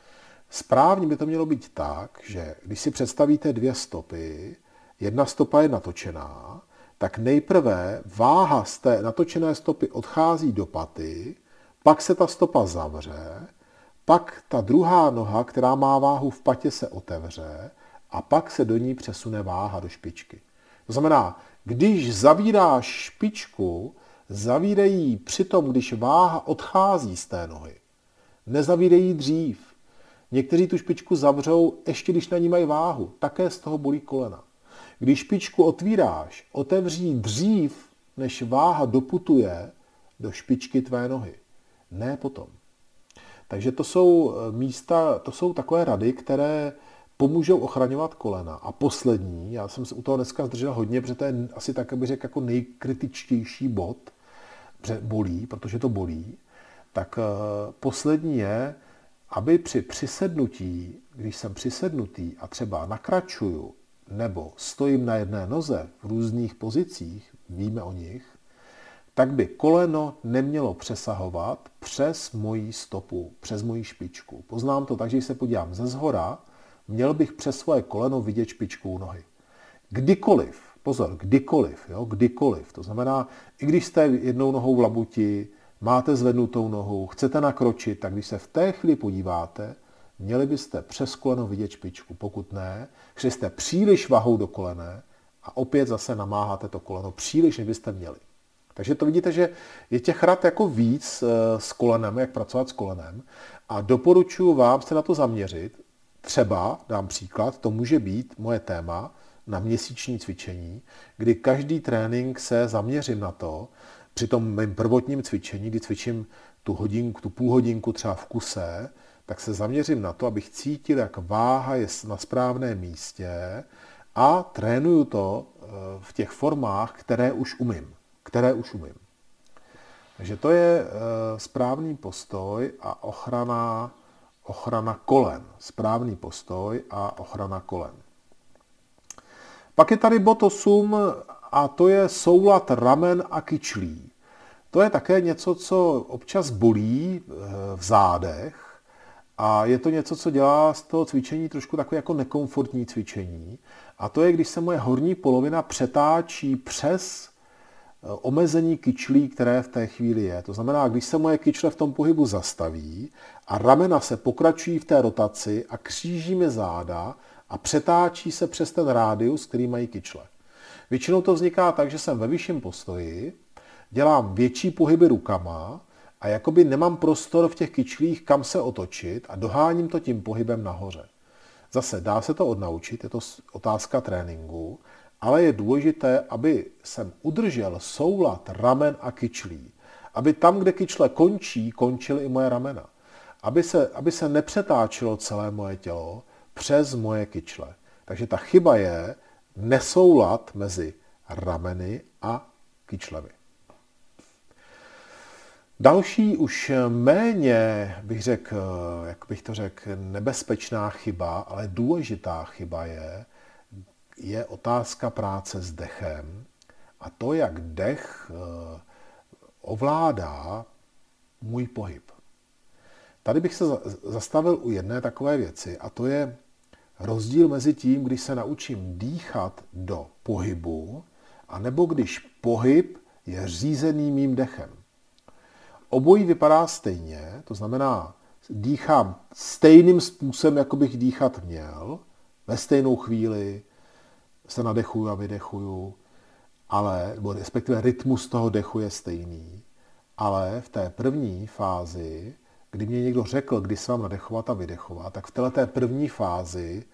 Správně by to mělo být tak, že když si představíte dvě stopy, jedna stopa je natočená, tak nejprve váha z té natočené stopy odchází do paty, pak se ta stopa zavře, pak ta druhá noha, která má váhu v patě, se otevře a pak se do ní přesune váha do špičky. To znamená, když zavíráš špičku, zavírají přitom, když váha odchází z té nohy. Nezavírají dřív. Někteří tu špičku zavřou, ještě když na ní mají váhu. Také z toho bolí kolena. Když špičku otvíráš, otevří dřív, než váha doputuje do špičky tvé nohy. Ne potom. Takže to jsou místa, to jsou takové rady, které pomůžou ochraňovat kolena. A poslední, já jsem se u toho dneska zdržel hodně, protože to je asi tak, bych řekl, jako nejkritičtější bod, protože bolí, protože to bolí, tak poslední je, aby při přisednutí, když jsem přisednutý a třeba nakračuju nebo stojím na jedné noze v různých pozicích, víme o nich, tak by koleno nemělo přesahovat přes moji stopu, přes moji špičku. Poznám to tak, že když se podívám ze zhora, měl bych přes svoje koleno vidět špičku nohy. Kdykoliv, pozor, kdykoliv, jo, kdykoliv. To znamená, i když jste jednou nohou v labuti, máte zvednutou nohu, chcete nakročit, tak když se v té chvíli podíváte, měli byste přes koleno vidět špičku. Pokud ne, šli jste příliš vahou do kolene a opět zase namáháte to koleno příliš, než byste měli. Takže to vidíte, že je těch rad jako víc s kolenem, jak pracovat s kolenem a doporučuji vám se na to zaměřit. Třeba, dám příklad, to může být moje téma na měsíční cvičení, kdy každý trénink se zaměřím na to, při tom mém prvotním cvičení, kdy cvičím tu hodinku, tu půl hodinku třeba v kuse, tak se zaměřím na to, abych cítil, jak váha je na správném místě a trénuju to v těch formách, které už umím. Které už umím. Takže to je správný postoj a ochrana, ochrana kolen. Správný postoj a ochrana kolen. Pak je tady bod osm a to je soulad ramen a kyčlí. To je také něco, co občas bolí v zádech a je to něco, co dělá z toho cvičení trošku takové jako nekomfortní cvičení. A to je, když se moje horní polovina přetáčí přes omezení kyčlí, které v té chvíli je. To znamená, když se moje kyčle v tom pohybu zastaví a ramena se pokračují v té rotaci a kříží mi záda a přetáčí se přes ten rádius, který mají kyčle. Většinou to vzniká tak, že jsem ve vyšším postoji, dělám větší pohyby rukama a jakoby nemám prostor v těch kyčlích, kam se otočit a doháním to tím pohybem nahoře. Zase dá se to odnaučit, je to otázka tréninku, ale je důležité, aby jsem udržel soulad ramen a kyčlí. Aby tam, kde kyčle končí, končily i moje ramena. Aby se, aby se nepřetáčelo celé moje tělo přes moje kyčle. Takže ta chyba je nesoulad mezi rameny a kyčlemi. Další už méně, bych řekl, jak bych to řekl, nebezpečná chyba, ale důležitá chyba je, je otázka práce s dechem a to, jak dech ovládá můj pohyb. Tady bych se zastavil u jedné takové věci a to je rozdíl mezi tím, když se naučím dýchat do pohybu, anebo když pohyb je řízený mým dechem. obojí vypadá stejně, to znamená, dýchám stejným způsobem, jako bych dýchat měl, ve stejnou chvíli se nadechuju a vydechuju, ale, nebo respektive rytmus toho dechu je stejný, ale v té první fázi, kdy mě někdo řekl, kdy se mám nadechovat a vydechovat, tak v této první fázi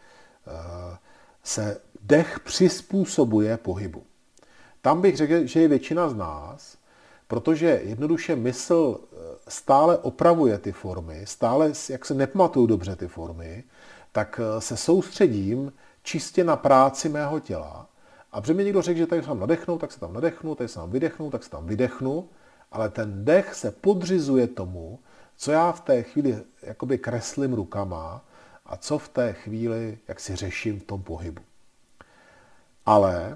se dech přizpůsobuje pohybu. Tam bych řekl, že je většina z nás, protože jednoduše mysl stále opravuje ty formy, stále, jak se nepamatuju dobře ty formy, tak se soustředím čistě na práci mého těla. A protože mi někdo řekl, že tady se tam nadechnu, tak se tam nadechnu, tady se tam vydechnu, tak se tam vydechnu, ale ten dech se podřizuje tomu, co já v té chvíli jakoby kreslím rukama a co v té chvíli, jak si řeším v tom pohybu. Ale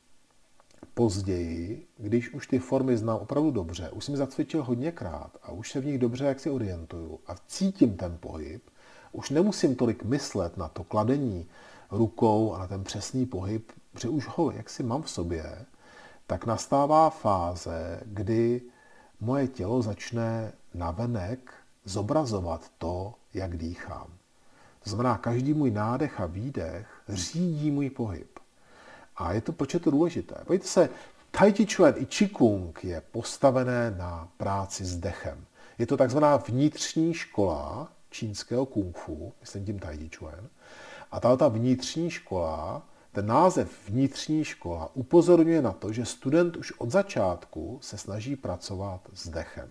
později, když už ty formy znám opravdu dobře, už jsem je zacvičil hodněkrát a už se v nich dobře jak si orientuju a cítím ten pohyb, už nemusím tolik myslet na to kladení rukou a na ten přesný pohyb, protože už ho jak si mám v sobě, tak nastává fáze, kdy moje tělo začne navenek zobrazovat to, jak dýchám. To znamená, každý můj nádech a výdech řídí můj pohyb. A je to, proč je to důležité? Pojďte se, Tai Chi Chuan i Qigong je postavené na práci s dechem. Je to takzvaná vnitřní škola čínského kung fu, myslím tím Tai Chi Chuan. A tato vnitřní škola, ten název vnitřní škola upozorňuje na to, že student už od začátku se snaží pracovat s dechem.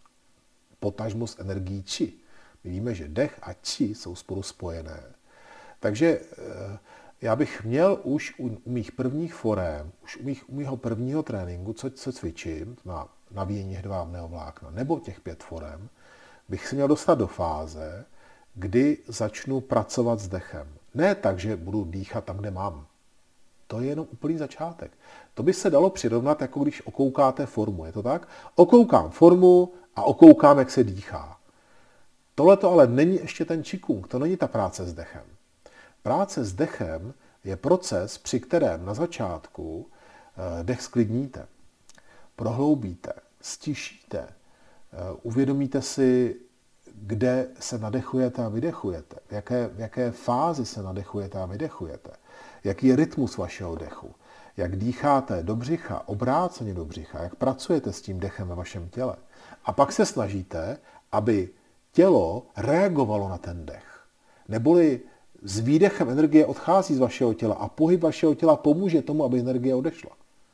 Potažmo s energií Qi. My víme, že dech a Qi jsou spolu spojené. Takže já bych měl už u, u mých prvních forem, už u, mých, u mého prvního tréninku, co, co cvičím, na navíjení hedvábného vlákna, nebo těch pět forem, bych se měl dostat do fáze, kdy začnu pracovat s dechem. Ne tak, že budu dýchat tam, kde mám. To je jenom úplný začátek. To by se dalo přirovnat, jako když okoukáte formu. Je to tak? Okoukám formu a okoukám, jak se dýchá. Tohle to ale není ještě ten Qigong, to není ta práce s dechem. Práce s dechem je proces, při kterém na začátku dech sklidníte, prohloubíte, stišíte, uvědomíte si, kde se nadechujete a vydechujete, v jaké, v jaké fázi se nadechujete a vydechujete, jaký je rytmus vašeho dechu, jak dýcháte do břicha, obráceně do břicha, jak pracujete s tím dechem ve vašem těle. A pak se snažíte, aby tělo reagovalo na ten dech. Neboli s výdechem energie odchází z vašeho těla a pohyb vašeho těla pomůže tomu, aby energie odešla.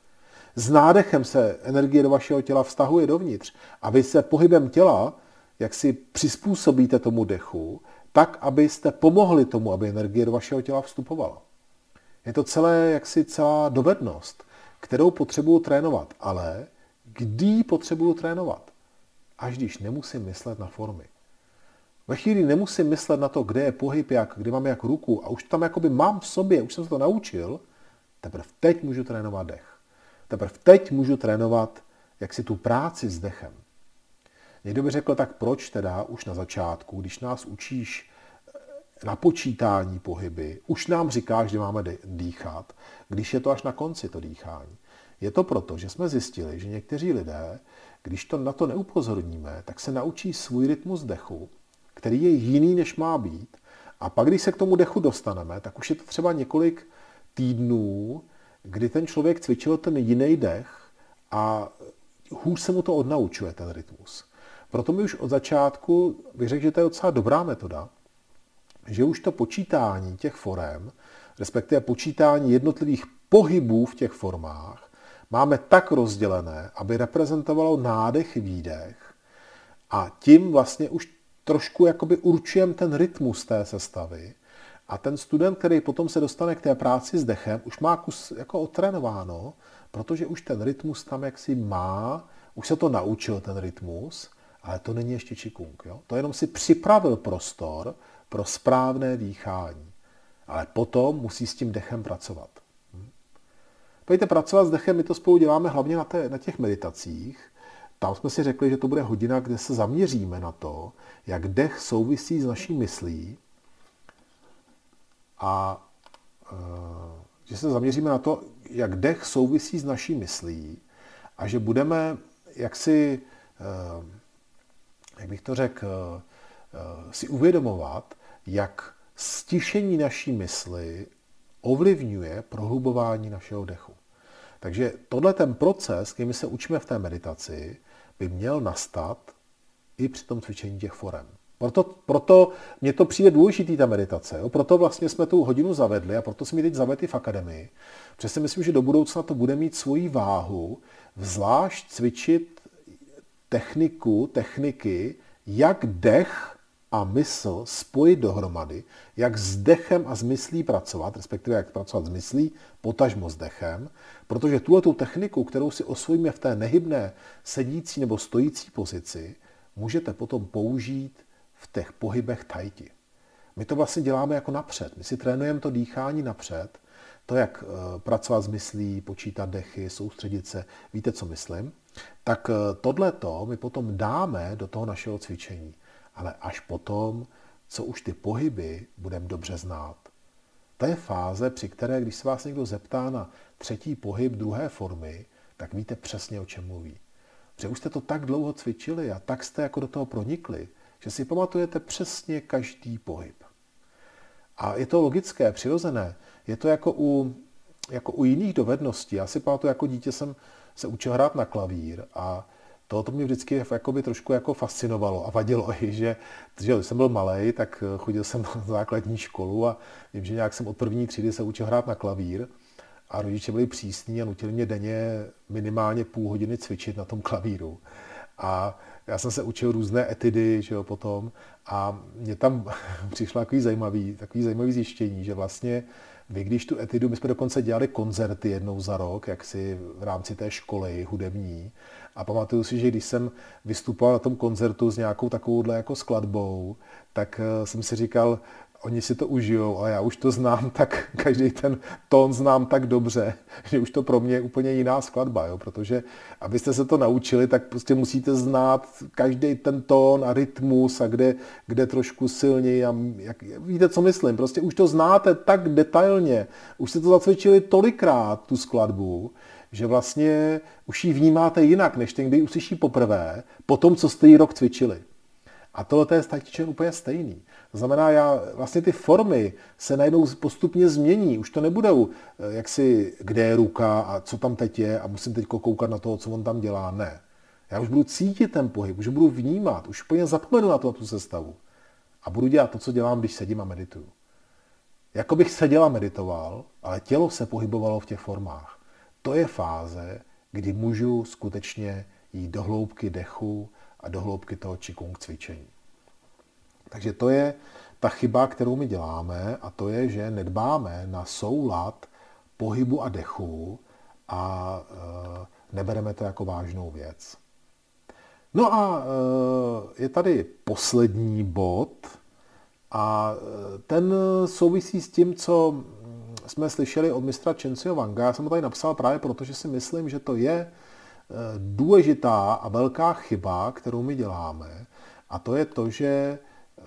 S nádechem se energie do vašeho těla vztahuje dovnitř a vy se pohybem těla, jak si přizpůsobíte tomu dechu, tak, abyste pomohli tomu, aby energie do vašeho těla vstupovala. Je to celé jaksi celá dovednost, kterou potřebuju trénovat. Ale kdy potřebuju trénovat? Až když nemusím myslet na formy. Ve chvíli nemusím myslet na to, kde je pohyb, jak, kde mám jak ruku a už tam jakoby mám v sobě, už jsem se to naučil, teprve teď můžu trénovat dech. Teprve teď můžu trénovat jak si tu práci s dechem. Někdo by řekl, tak proč teda už na začátku, když nás učíš na počítání pohyby, už nám říkáš, že máme dýchat, když je to až na konci to dýchání. Je to proto, že jsme zjistili, že někteří lidé, když to na to neupozorníme, tak se naučí svůj rytmus dechu, který je jiný, než má být. A pak, když se k tomu dechu dostaneme, tak už je to třeba několik týdnů, kdy ten člověk cvičil ten jiný dech a hůř se mu to odnaučuje, ten rytmus. Proto mi už od začátku bych řekl, že to je docela dobrá metoda, že už to počítání těch forem, respektive počítání jednotlivých pohybů v těch formách, máme tak rozdělené, aby reprezentovalo nádech, výdech a tím vlastně už trošku jakoby určujeme ten rytmus té sestavy a ten student, který potom se dostane k té práci s dechem, už má kus jako otrénováno, protože už ten rytmus tam jaksi má, už se to naučil ten rytmus, ale to není ještě Qigong. Jo? To jenom si připravil prostor pro správné dýchání. Ale potom musí s tím dechem pracovat. Hm? Pojďte pracovat s dechem, my to spolu děláme hlavně na, té, na těch meditacích. Tam jsme si řekli, že to bude hodina, kde se zaměříme na to, jak dech souvisí s naší myslí a e, že se zaměříme na to, jak dech souvisí s naší myslí a že budeme jaksi e, jak bych to řekl, si uvědomovat, jak stišení naší mysli ovlivňuje prohlubování našeho dechu. Takže tohle ten proces, který my se učíme v té meditaci, by měl nastat i při tom cvičení těch forem. Proto, proto mně to přijde důležitý, ta meditace. Jo? Proto vlastně jsme tu hodinu zavedli a proto jsme ji teď zavedli v akademii. Protože si myslím, že do budoucna to bude mít svoji váhu, zvlášť cvičit techniku, techniky, jak dech a mysl spojit dohromady, jak s dechem a s myslí pracovat, respektive jak pracovat s myslí, potažmo s dechem, protože tuhletu techniku, kterou si osvojíme v té nehybné sedící nebo stojící pozici, můžete potom použít v těch pohybech tai chi. My to vlastně děláme jako napřed. My si trénujeme to dýchání napřed, to, jak pracovat s myslí, počítat dechy, soustředit se, víte, co myslím, tak tohleto my potom dáme do toho našeho cvičení. Ale až potom, co už ty pohyby budeme dobře znát. To je fáze, při které, když se vás někdo zeptá na třetí pohyb druhé formy, tak víte přesně, o čem mluví. Protože už jste to tak dlouho cvičili a tak jste jako do toho pronikli, že si pamatujete přesně každý pohyb. A je to logické, přirozené. Je to jako u, jako u jiných dovedností. Já si pamatuju, jako dítě jsem se učil hrát na klavír a to, to mě vždycky jakoby trošku jako fascinovalo a vadilo i, že, že když jsem byl malej, tak chodil jsem na základní školu a vím, že nějak jsem od první třídy se učil hrát na klavír a rodiče byli přísní a nutili mě denně minimálně půl hodiny cvičit na tom klavíru. A já jsem se učil různé etidy, že jo, potom a mě tam přišlo takový zajímavý, takový zajímavý zjištění, že vlastně vy, když tu etidu, my jsme dokonce dělali koncerty jednou za rok, jaksi v rámci té školy hudební. A pamatuju si, že když jsem vystupoval na tom koncertu s nějakou takovouhle jako skladbou, tak jsem si říkal, oni si to užijou, ale já už to znám tak, každý ten tón znám tak dobře, že už to pro mě je úplně jiná skladba, jo? Protože abyste se to naučili, tak prostě musíte znát každý ten tón a rytmus a kde, kde trošku silněji a jak, víte, co myslím, prostě už to znáte tak detailně, už jste to zacvičili tolikrát, tu skladbu, že vlastně už ji vnímáte jinak, než ten, kdy ji uslyší poprvé, po tom, co jste ji rok cvičili. A tohle je s tai chi úplně stejný. To znamená, já, vlastně ty formy se najednou postupně změní. Už to nebudou jaksi, kde je ruka a co tam teď je a musím teď koukat na to, co on tam dělá. Ne. Já už budu cítit ten pohyb, už budu vnímat, už úplně zapomenu na to, tu sestavu. A budu dělat to, co dělám, když sedím a medituju. Jako bych seděl a meditoval, ale tělo se pohybovalo v těch formách. To je fáze, kdy můžu skutečně jít do hloubky dechu a do hloubky toho qigong cvičení. Takže to je ta chyba, kterou my děláme, a to je, že nedbáme na soulad pohybu a dechu a e, nebereme to jako vážnou věc. No a e, je tady poslední bod a ten souvisí s tím, co jsme slyšeli od mistra Chensio Wanga. Já jsem to tady napsal právě proto, že si myslím, že to je důležitá a velká chyba, kterou my děláme. A to je to, že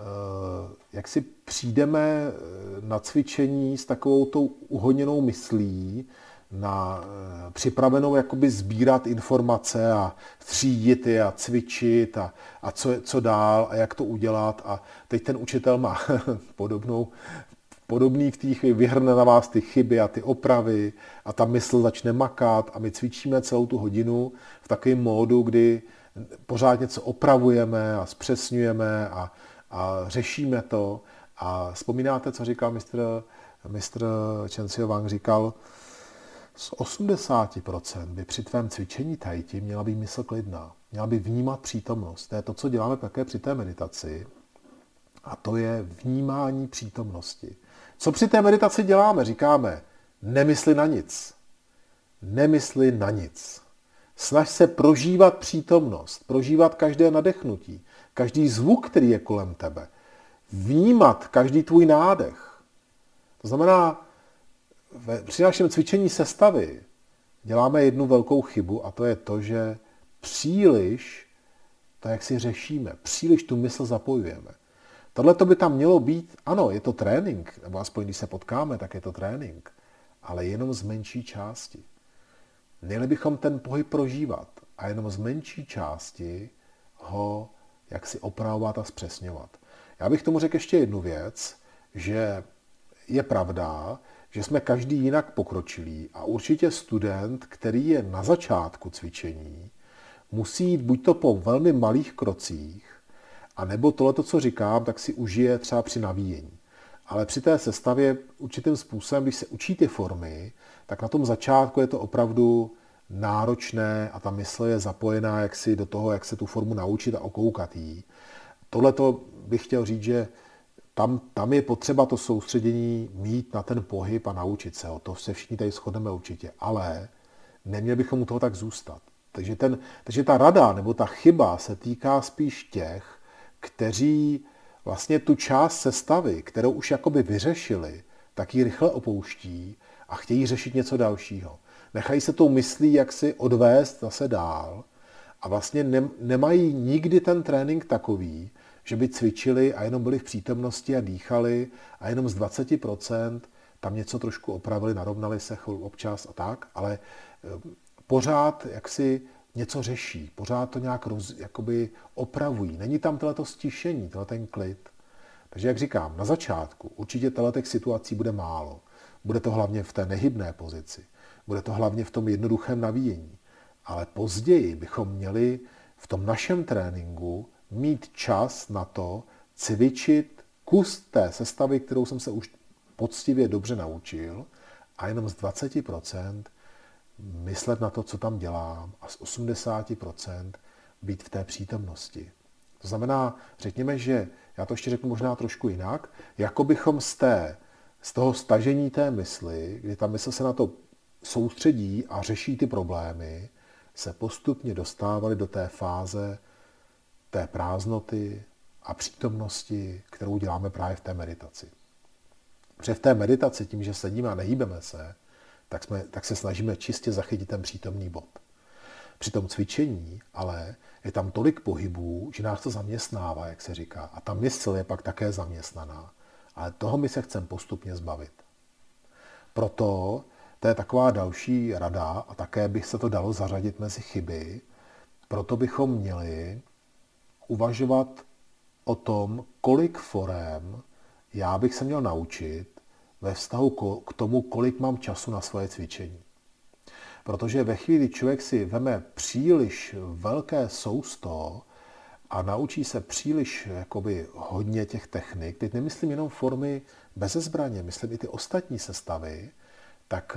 jak si přijdeme na cvičení s takovou tou uhodněnou myslí, na připravenou jakoby sbírat informace a třídit je a cvičit a, a co, co dál a jak to udělat. A teď ten učitel má podobnou Podobný v té chvíli vyhrne na vás ty chyby a ty opravy a ta mysl začne makat a my cvičíme celou tu hodinu v takovém módu, kdy pořád něco opravujeme a zpřesňujeme a, a řešíme to. A vzpomínáte, co říkal mistr, mistr Chensio Wang, říkal, z osmdesát procent by při tvém cvičení tai chi měla být mysl klidná. Měla by vnímat přítomnost. To je to, co děláme také při té meditaci. A to je vnímání přítomnosti. Co při té meditaci děláme? Říkáme, nemysli na nic. Nemysli na nic. Snaž se prožívat přítomnost, prožívat každé nadechnutí, každý zvuk, který je kolem tebe. Vnímat každý tvůj nádech. To znamená, při našem cvičení sestavy děláme jednu velkou chybu a to je to, že příliš, to jak si řešíme, příliš tu mysl zapojujeme. Tohle to by tam mělo být, ano, je to trénink, nebo aspoň když se potkáme, tak je to trénink, ale jenom z menší části. Měli bychom ten pohyb prožívat a jenom z menší části ho jak si opravovat a zpřesňovat. Já bych tomu řekl ještě jednu věc, že je pravda, že jsme každý jinak pokročilý a určitě student, který je na začátku cvičení, musí jít buď to po velmi malých krocích, a nebo tohleto, co říkám, tak si užije třeba při navíjení. Ale při té sestavě určitým způsobem, když se učí ty formy, tak na tom začátku je to opravdu náročné a ta mysl je zapojená jaksi do toho, jak se tu formu naučit a okoukat jí. Tohleto bych chtěl říct, že tam, tam je potřeba to soustředění mít na ten pohyb a naučit se ho. To se všichni tady shodneme určitě, ale neměli bychom u toho tak zůstat. Takže, ten, takže ta rada nebo ta chyba se týká spíš těch, kteří vlastně tu část sestavy, kterou už jakoby vyřešili, tak ji rychle opouští a chtějí řešit něco dalšího. Nechají se tou myslí jaksi odvést zase dál a vlastně ne, nemají nikdy ten trénink takový, že by cvičili a jenom byli v přítomnosti a dýchali a jenom z dvacet procent tam něco trošku opravili, narovnali se občas a tak, ale pořád jaksi něco řeší, pořád to nějak roz, jakoby opravují. Není tam tohleto stišení, tohle ten klid. Takže jak říkám, na začátku určitě těch situací bude málo. Bude to hlavně v té nehybné pozici. Bude to hlavně v tom jednoduchém navíjení. Ale později bychom měli v tom našem tréninku mít čas na to cvičit kus té sestavy, kterou jsem se už poctivě dobře naučil a jenom z dvacet procent myslet na to, co tam dělám a z osmdesát procent být v té přítomnosti. To znamená, řekněme, že, já to ještě řeknu možná trošku jinak, jako bychom z, té, z toho stažení té mysli, kdy ta mysl se na to soustředí a řeší ty problémy, se postupně dostávali do té fáze té prázdnoty a přítomnosti, kterou děláme právě v té meditaci. Protože v té meditaci, tím, že sedíme a nehýbeme se, tak, jsme, tak se snažíme čistě zachytit ten přítomný bod. Při tom cvičení ale je tam tolik pohybů, že nás to zaměstnává, jak se říká. A ta mysl je pak také zaměstnaná. Ale toho my se chceme postupně zbavit. Proto to je taková další rada a také bych se to dalo zařadit mezi chyby. Proto bychom měli uvažovat o tom, kolik forem já bych se měl naučit ve vztahu k tomu, kolik mám času na svoje cvičení. Protože ve chvíli, kdy člověk si veme příliš velké sousto a naučí se příliš jakoby, hodně těch technik, teď nemyslím jenom formy beze zbraně, myslím i ty ostatní sestavy, tak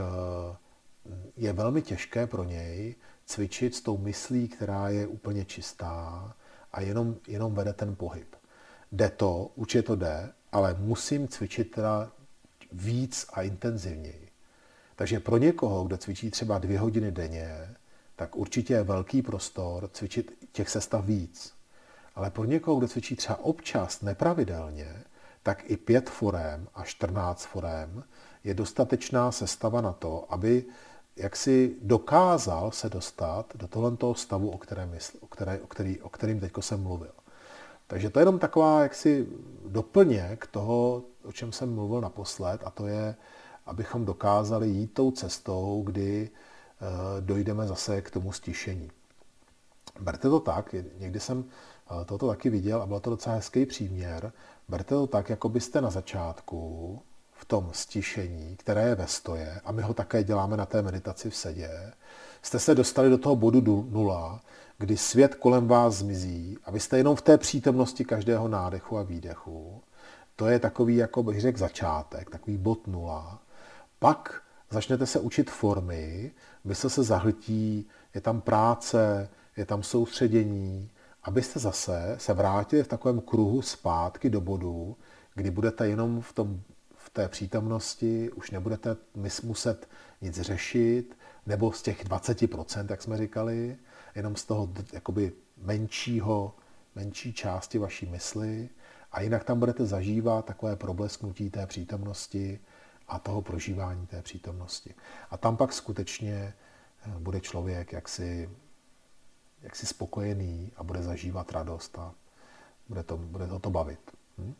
je velmi těžké pro něj cvičit s tou myslí, která je úplně čistá a jenom, jenom vede ten pohyb. Jde to, určitě to jde, ale musím cvičit teda víc a intenzivněji. Takže pro někoho, kdo cvičí třeba dvě hodiny denně, tak určitě je velký prostor cvičit těch sestav víc. Ale pro někoho, kdo cvičí třeba občas nepravidelně, tak i pět forem a čtrnáct forem je dostatečná sestava na to, aby jaksi dokázal se dostat do tohoto stavu, o kterém, mysl, o, které, o, který, o kterým teď jsem mluvil. Takže to je jenom taková jaksi doplněk toho, o čem jsem mluvil naposled, a to je, abychom dokázali jít tou cestou, kdy e, dojdeme zase k tomu stišení. Berte to tak, někdy jsem toto taky viděl a byl to docela hezký příměr, berte to tak, jako byste na začátku v tom stišení, které je ve stoje, a my ho také děláme na té meditaci v sedě, jste se dostali do toho bodu nula, kdy svět kolem vás zmizí a vy jste jenom v té přítomnosti každého nádechu a výdechu. To je takový, jako bych řekl, začátek, takový bod nula. Pak začnete se učit formy, mysl se zahltí, je tam práce, je tam soustředění, abyste zase se vrátili v takovém kruhu zpátky do bodu, kdy budete jenom v, tom, v té přítomnosti, už nebudete muset nic řešit, nebo z těch dvacet procent, jak jsme říkali, jenom z toho jakoby menšího, menší části vaší mysli, a jinak tam budete zažívat takové problesknutí té přítomnosti a toho prožívání té přítomnosti. A tam pak skutečně bude člověk jaksi, jaksi spokojený a bude zažívat radost a bude to, bude to, to bavit. Hm?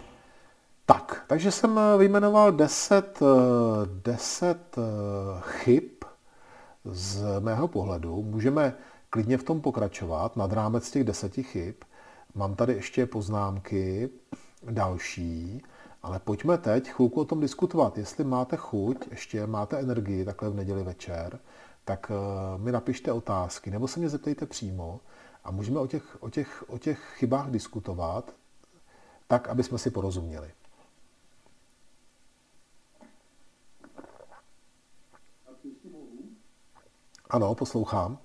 Tak, takže jsem vyjmenoval deset, deset chyb z mého pohledu. Můžeme klidně v tom pokračovat nad rámec těch deseti chyb. Mám tady ještě poznámky další, ale pojďme teď chvilku o tom diskutovat. Jestli máte chuť, ještě máte energii takhle v neděli večer, tak mi napište otázky, nebo se mě zeptejte přímo a můžeme o těch, o těch, o těch chybách diskutovat tak, aby jsme si porozuměli. Ano, poslouchám.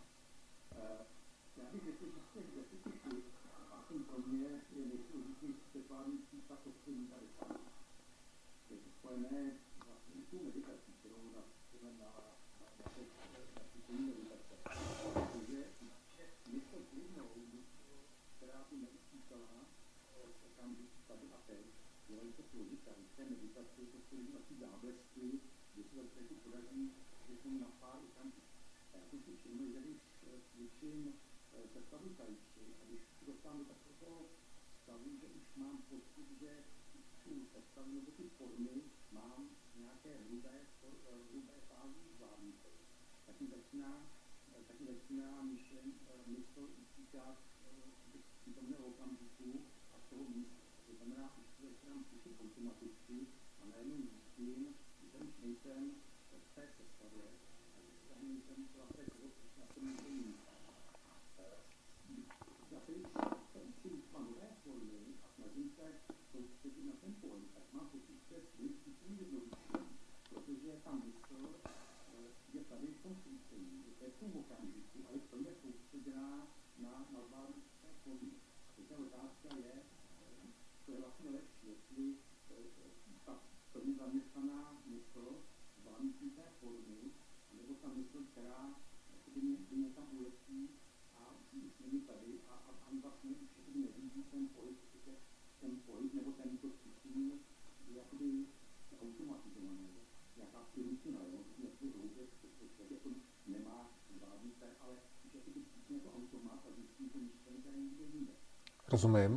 Rozumím.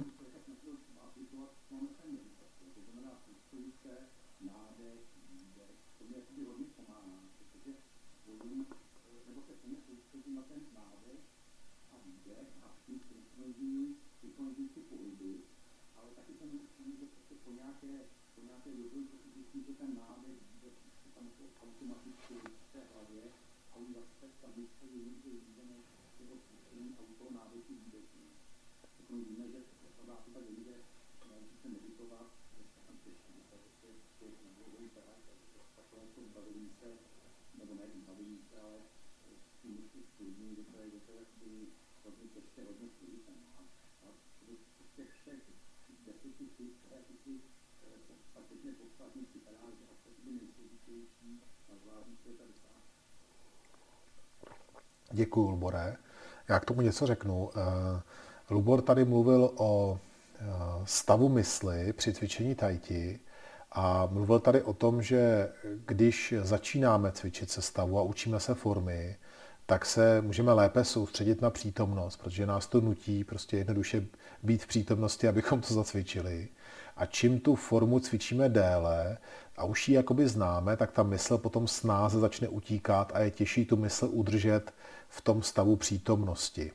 Děkuju, Lubore. Já k tomu něco řeknu. Lubor tady mluvil o stavu mysli při cvičení tai chi a mluvil tady o tom, že když začínáme cvičit sestavu a učíme se formy, tak se můžeme lépe soustředit na přítomnost, protože nás to nutí prostě jednoduše být v přítomnosti, abychom to zacvičili. A čím tu formu cvičíme déle a už ji jakoby známe, tak ta mysl potom snáze začne utíkat a je těžší tu mysl udržet v tom stavu přítomnosti.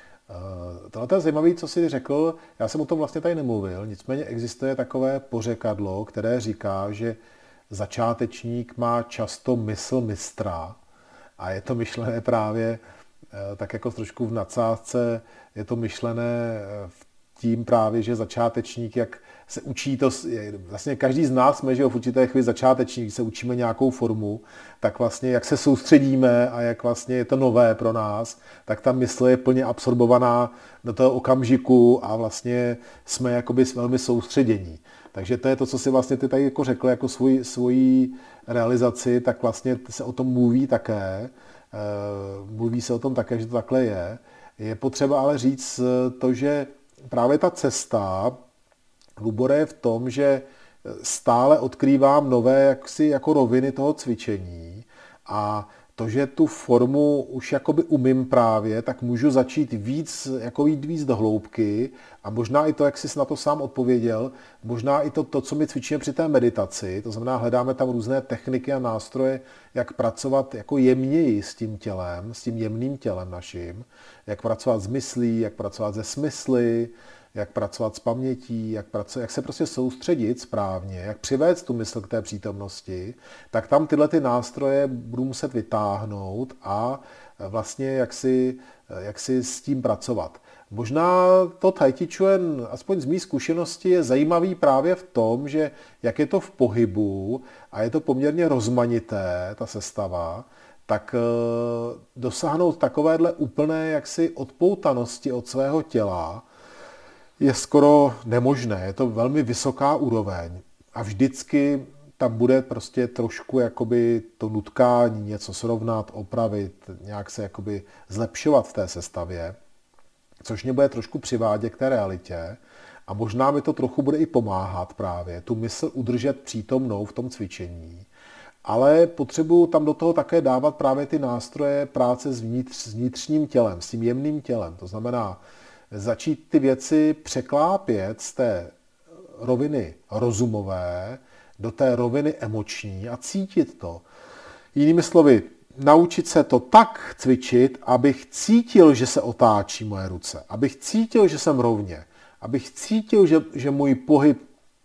Tohle je zajímavé, co jsi řekl. Já jsem o tom vlastně tady nemluvil, nicméně existuje takové pořekadlo, které říká, že začátečník má často mysl mistra a je to myšlené právě tak jako trošku v nadsázce, je to myšlené tím právě, že začátečník, jak se učí to, vlastně každý z nás jsme, že v určité chvíli začátečník, když se učíme nějakou formu, tak vlastně jak se soustředíme a jak vlastně je to nové pro nás, tak ta mysl je plně absorbovaná do toho okamžiku a vlastně jsme jakoby velmi soustředění. Takže to je to, co si vlastně ty tady jako řekl, jako svoji, svoji realizaci, tak vlastně se o tom mluví také, mluví se o tom také, že to takhle je. Je potřeba ale říct to, že právě ta cesta, Lubore, je v tom, že stále odkrývám nové jaksi jako roviny toho cvičení a to, že tu formu už jakoby umím právě, tak můžu začít víc, jako jít víc do hloubky a možná i to, jak jsi na to sám odpověděl, možná i to, to, co my cvičíme při té meditaci, to znamená, hledáme tam různé techniky a nástroje, jak pracovat jako jemněji s tím tělem, s tím jemným tělem naším, jak pracovat s myslí, jak pracovat se smysly, jak pracovat s pamětí, jak, pracovat, jak se prostě soustředit správně, jak přivést tu mysl k té přítomnosti, tak tam tyhle ty nástroje budu muset vytáhnout a vlastně jak si, jak si s tím pracovat. Možná to Tai Chi Chuan, aspoň z mý zkušenosti, je zajímavý právě v tom, že jak je to v pohybu a je to poměrně rozmanité, ta sestava, tak dosáhnout takovéhle úplné jaksi odpoutanosti od svého těla je skoro nemožné. Je to velmi vysoká úroveň a vždycky tam bude prostě trošku jakoby to nutkání, něco srovnat, opravit, nějak se jakoby zlepšovat v té sestavě, což mě bude trošku přivádět k té realitě a možná mi to trochu bude i pomáhat právě tu mysl udržet přítomnou v tom cvičení. Ale potřebuju tam do toho také dávat právě ty nástroje práce s, vnitř, s vnitřním tělem, s tím jemným tělem. To znamená začít ty věci překlápět z té roviny rozumové do té roviny emoční a cítit to. Jinými slovy, naučit se to tak cvičit, abych cítil, že se otáčí moje ruce, abych cítil, že jsem rovně, abych cítil, že, že můj pohyb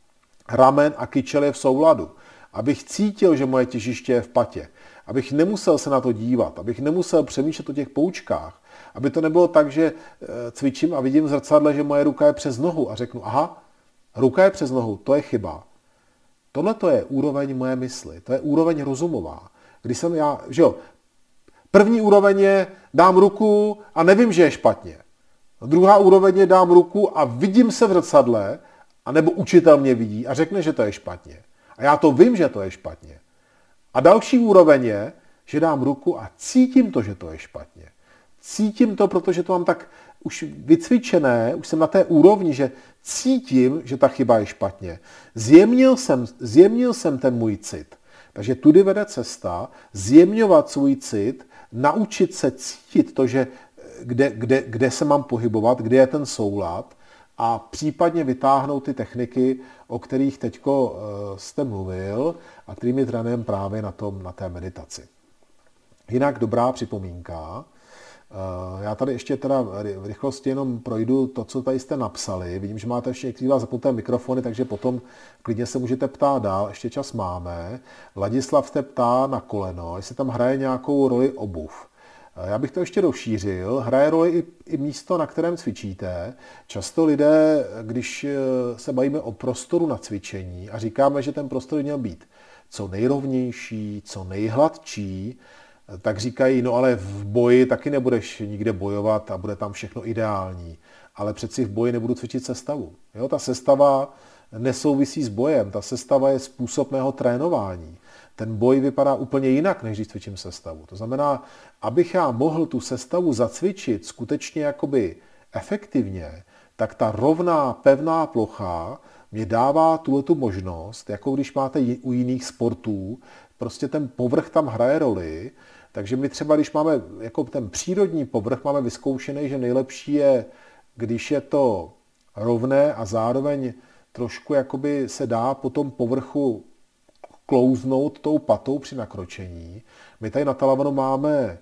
ramen a kyčel je v souladu, abych cítil, že moje těžiště je v patě, abych nemusel se na to dívat, abych nemusel přemýšlet o těch poučkách, aby to nebylo tak, že cvičím a vidím v zrcadle, že moje ruka je přes nohu a řeknu, aha, ruka je přes nohu, to je chyba. Tohle to je úroveň moje mysli, to je úroveň rozumová. Když jsem já, že jo, první úroveň je dám ruku a nevím, že je špatně. Druhá úroveň je dám ruku a vidím se v zrcadle, anebo učitel mě vidí a řekne, že to je špatně. A já to vím, že to je špatně. A další úroveň je, že dám ruku a cítím to, že to je špatně. Cítím to, protože to mám tak už vycvičené, už jsem na té úrovni, že cítím, že ta chyba je špatně. Zjemnil jsem, zjemnil jsem ten můj cit. Takže tudy vede cesta, zjemňovat svůj cit, naučit se cítit to, že kde, kde, kde se mám pohybovat, kde je ten soulad a případně vytáhnout ty techniky, o kterých teďko jste mluvil a kterými trénujeme právě na, tom, na té meditaci. Jinak dobrá připomínka. Já tady ještě teda v rychlosti jenom projdu to, co tady jste napsali. Vidím, že máte ještě některý vás zapnuté mikrofony, takže potom klidně se můžete ptát dál, ještě čas máme. Ladislav se ptá na koleno, jestli tam hraje nějakou roli obuv. Já bych to ještě rozšířil. Hraje roli i, i místo, na kterém cvičíte. Často lidé, když se bavíme o prostoru na cvičení a říkáme, že ten prostor měl být co nejrovnější, co nejhladčí, tak říkají, no ale v boji taky nebudeš nikde bojovat a bude tam všechno ideální. Ale přeci v boji nebudu cvičit sestavu. Jo, ta sestava nesouvisí s bojem, ta sestava je způsob mého trénování. Ten boj vypadá úplně jinak, než když cvičím sestavu. To znamená, abych já mohl tu sestavu zacvičit skutečně jakoby efektivně, tak ta rovná, pevná plocha mě dává tuhletu možnost, jako když máte u jiných sportů, prostě ten povrch tam hraje roli, takže my třeba, když máme jako ten přírodní povrch, máme vyzkoušený, že nejlepší je, když je to rovné a zároveň trošku jakoby se dá po tom povrchu klouznout tou patou při nakročení. My tady na talavanu máme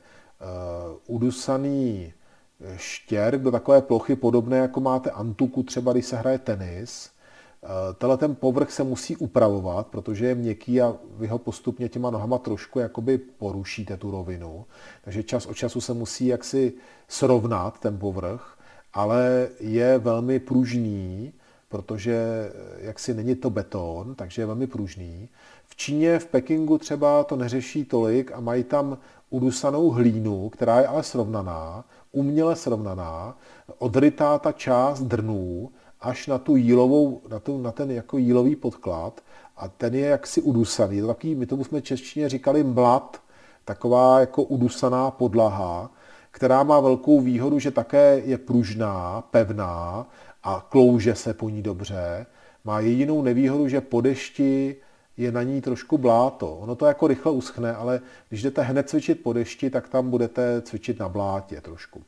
uh, udusaný štěrk do takové plochy podobné, jako máte antuku třeba, když se hraje tenis. Uh, tenhle ten povrch se musí upravovat, protože je měkký a vy ho postupně těma nohama trošku jakoby porušíte tu rovinu. Takže čas od času se musí jaksi srovnat ten povrch, ale je velmi pružný, protože jaksi není to beton, takže je velmi pružný. V Číně, v Pekingu třeba to neřeší tolik a mají tam udusanou hlínu, která je ale srovnaná, uměle srovnaná, odrytá ta část drnů až na tu jílovou, na, tu, na ten jako jílový podklad a ten je jaksi udusaný. To takový, my tomu jsme v češtině říkali mlad, taková jako udusaná podlaha, která má velkou výhodu, že také je pružná, pevná a klouže se po ní dobře. Má jedinou nevýhodu, že po dešti je na ní trošku bláto. Ono to jako rychle uschne, ale když jdete hned cvičit po dešti, tak tam budete cvičit na blátě trošku.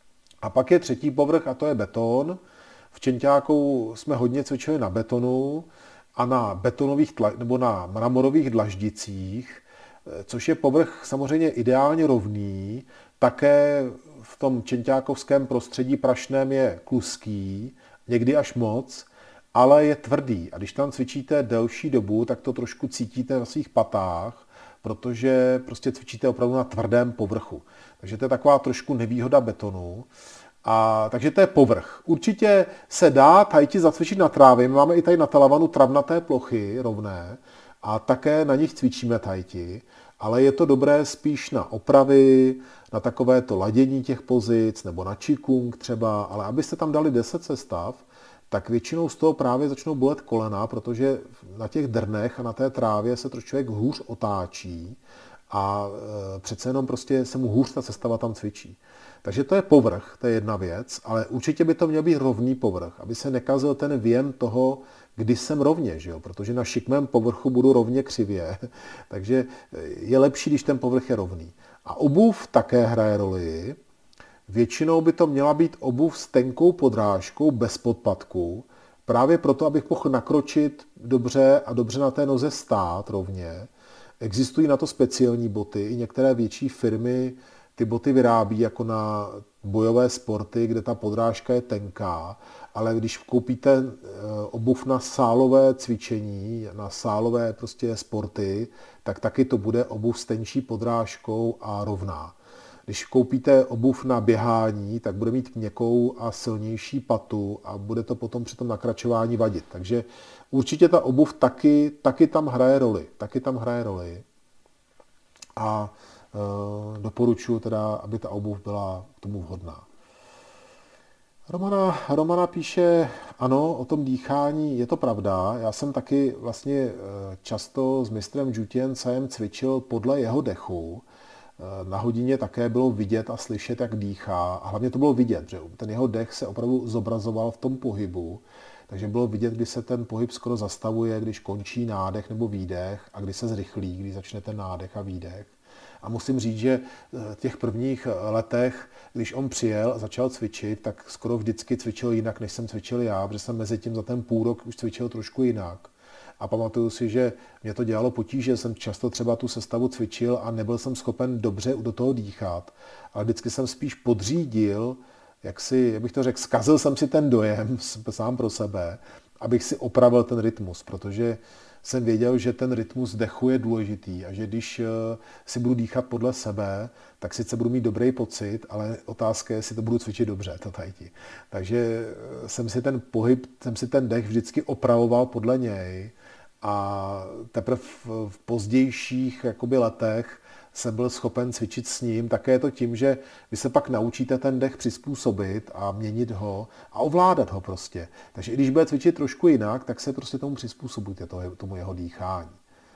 A pak je třetí povrch a to je beton. V Čenťáku jsme hodně cvičili na betonu a na betonových tla, nebo na mramorových dlaždicích, což je povrch samozřejmě ideálně rovný. Také v tom čenťákovském prostředí prašném je kluský někdy až moc, ale je tvrdý. A když tam cvičíte delší dobu, tak to trošku cítíte na svých patách, protože prostě cvičíte opravdu na tvrdém povrchu. Takže to je taková trošku nevýhoda betonu. A, takže to je povrch. Určitě se dá tai chi zacvičit na trávě. My máme i tady na Talavanu travnaté plochy rovné a také na nich cvičíme tai chi, ale je to dobré spíš na opravy, na takovéto ladění těch pozic nebo na qigong třeba, ale abyste tam dali deset sestav, tak většinou z toho právě začnou bolet kolena, protože na těch drnech a na té trávě se to člověk hůř otáčí a e, přece jenom prostě se mu hůř ta sestava tam cvičí. Takže to je povrch, to je jedna věc, ale určitě by to měl být rovný povrch, aby se nekazil ten věm toho, kdy jsem rovně, že jo? Protože na šikmém povrchu budu rovně křivě, takže je lepší, když ten povrch je rovný. A obuv také hraje roli. Většinou by to měla být obuv s tenkou podrážkou, bez podpatku, právě proto, abych mohl nakročit dobře a dobře na té noze stát rovně. Existují na to speciální boty, i některé větší firmy ty boty vyrábí jako na bojové sporty, kde ta podrážka je tenká, ale když koupíte obuv na sálové cvičení, na sálové prostě sporty, tak taky to bude obuv s tenčí podrážkou a rovná. Když koupíte obuv na běhání, tak bude mít měkkou a silnější patu a bude to potom při tom nakračování vadit. Takže určitě ta obuv taky, taky tam hraje roli. Taky tam hraje roli. A e, doporučuji teda, aby ta obuv byla k tomu vhodná. Romana, Romana píše, ano, o tom dýchání, je to pravda. Já jsem taky vlastně často s mistrem Jutien Tsajem cvičil podle jeho dechu. Na hodině také bylo vidět a slyšet, jak dýchá. A hlavně to bylo vidět, že ten jeho dech se opravdu zobrazoval v tom pohybu. Takže bylo vidět, kdy se ten pohyb skoro zastavuje, když končí nádech nebo výdech a kdy se zrychlí, kdy začne ten nádech a výdech. A musím říct, že v těch prvních letech, když on přijel a začal cvičit, tak skoro vždycky cvičil jinak, než jsem cvičil já, protože jsem mezi tím za ten půl rok už cvičil trošku jinak. A pamatuju si, že mě to dělalo potíže, jsem často třeba tu sestavu cvičil a nebyl jsem schopen dobře do toho dýchat, ale vždycky jsem spíš podřídil, jak si, jak bych to řekl, zkazil jsem si ten dojem sám pro sebe, abych si opravil ten rytmus, protože jsem věděl, že ten rytmus dechu je důležitý a že když si budu dýchat podle sebe, tak sice budu mít dobrý pocit, ale otázka je, jestli to budu cvičit dobře, to tai chi. Takže jsem si ten pohyb, jsem si ten dech vždycky opravoval podle něj a teprve v pozdějších jakoby letech jsem byl schopen cvičit s ním. Také je to tím, že vy se pak naučíte ten dech přizpůsobit a měnit ho a ovládat ho prostě. Takže i když bude cvičit trošku jinak, tak se prostě tomu přizpůsobujte, tomu jeho dýchání.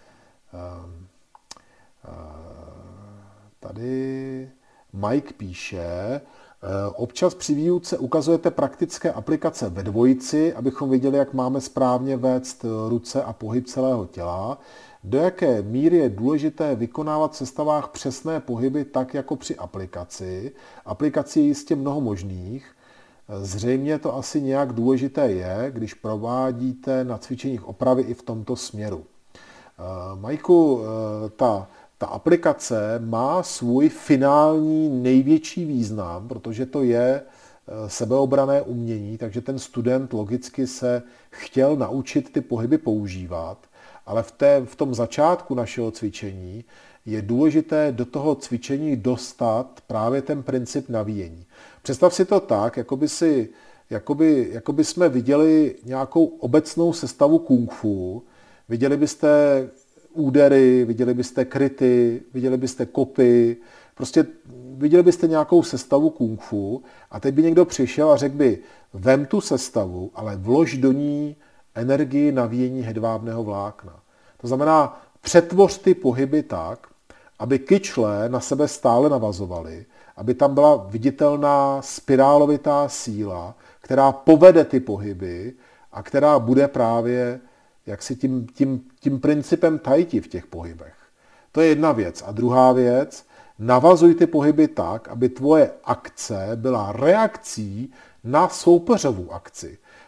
Tady Mike píše, občas při výuce ukazujete praktické aplikace ve dvojici, abychom viděli, jak máme správně vést ruce a pohyb celého těla. Do jaké míry je důležité vykonávat v sestavách přesné pohyby tak jako při aplikaci. Aplikací je jistě mnoho možných. Zřejmě to asi nějak důležité je, když provádíte na cvičeních opravy i v tomto směru. Majku, ta, ta aplikace má svůj finální největší význam, protože to je sebeobrané umění, takže ten student logicky se chtěl naučit ty pohyby používat. Ale v, té, v tom začátku našeho cvičení je důležité do toho cvičení dostat právě ten princip navíjení. Představ si to tak, jako by, si, jako by, jako by jsme viděli nějakou obecnou sestavu kung fu, viděli byste údery, viděli byste kryty, viděli byste kopy, prostě viděli byste nějakou sestavu kung fu a teď by někdo přišel a řekl by, vem tu sestavu, ale vlož do ní energii navíjení hedvábného vlákna. To znamená, přetvoř ty pohyby tak, aby kyčle na sebe stále navazovaly, aby tam byla viditelná spirálovitá síla, která povede ty pohyby a která bude právě jaksi tím, tím, tím principem tai chi v těch pohybech. To je jedna věc. A druhá věc, navazuj ty pohyby tak, aby tvoje akce byla reakcí na soupeřovu akci. To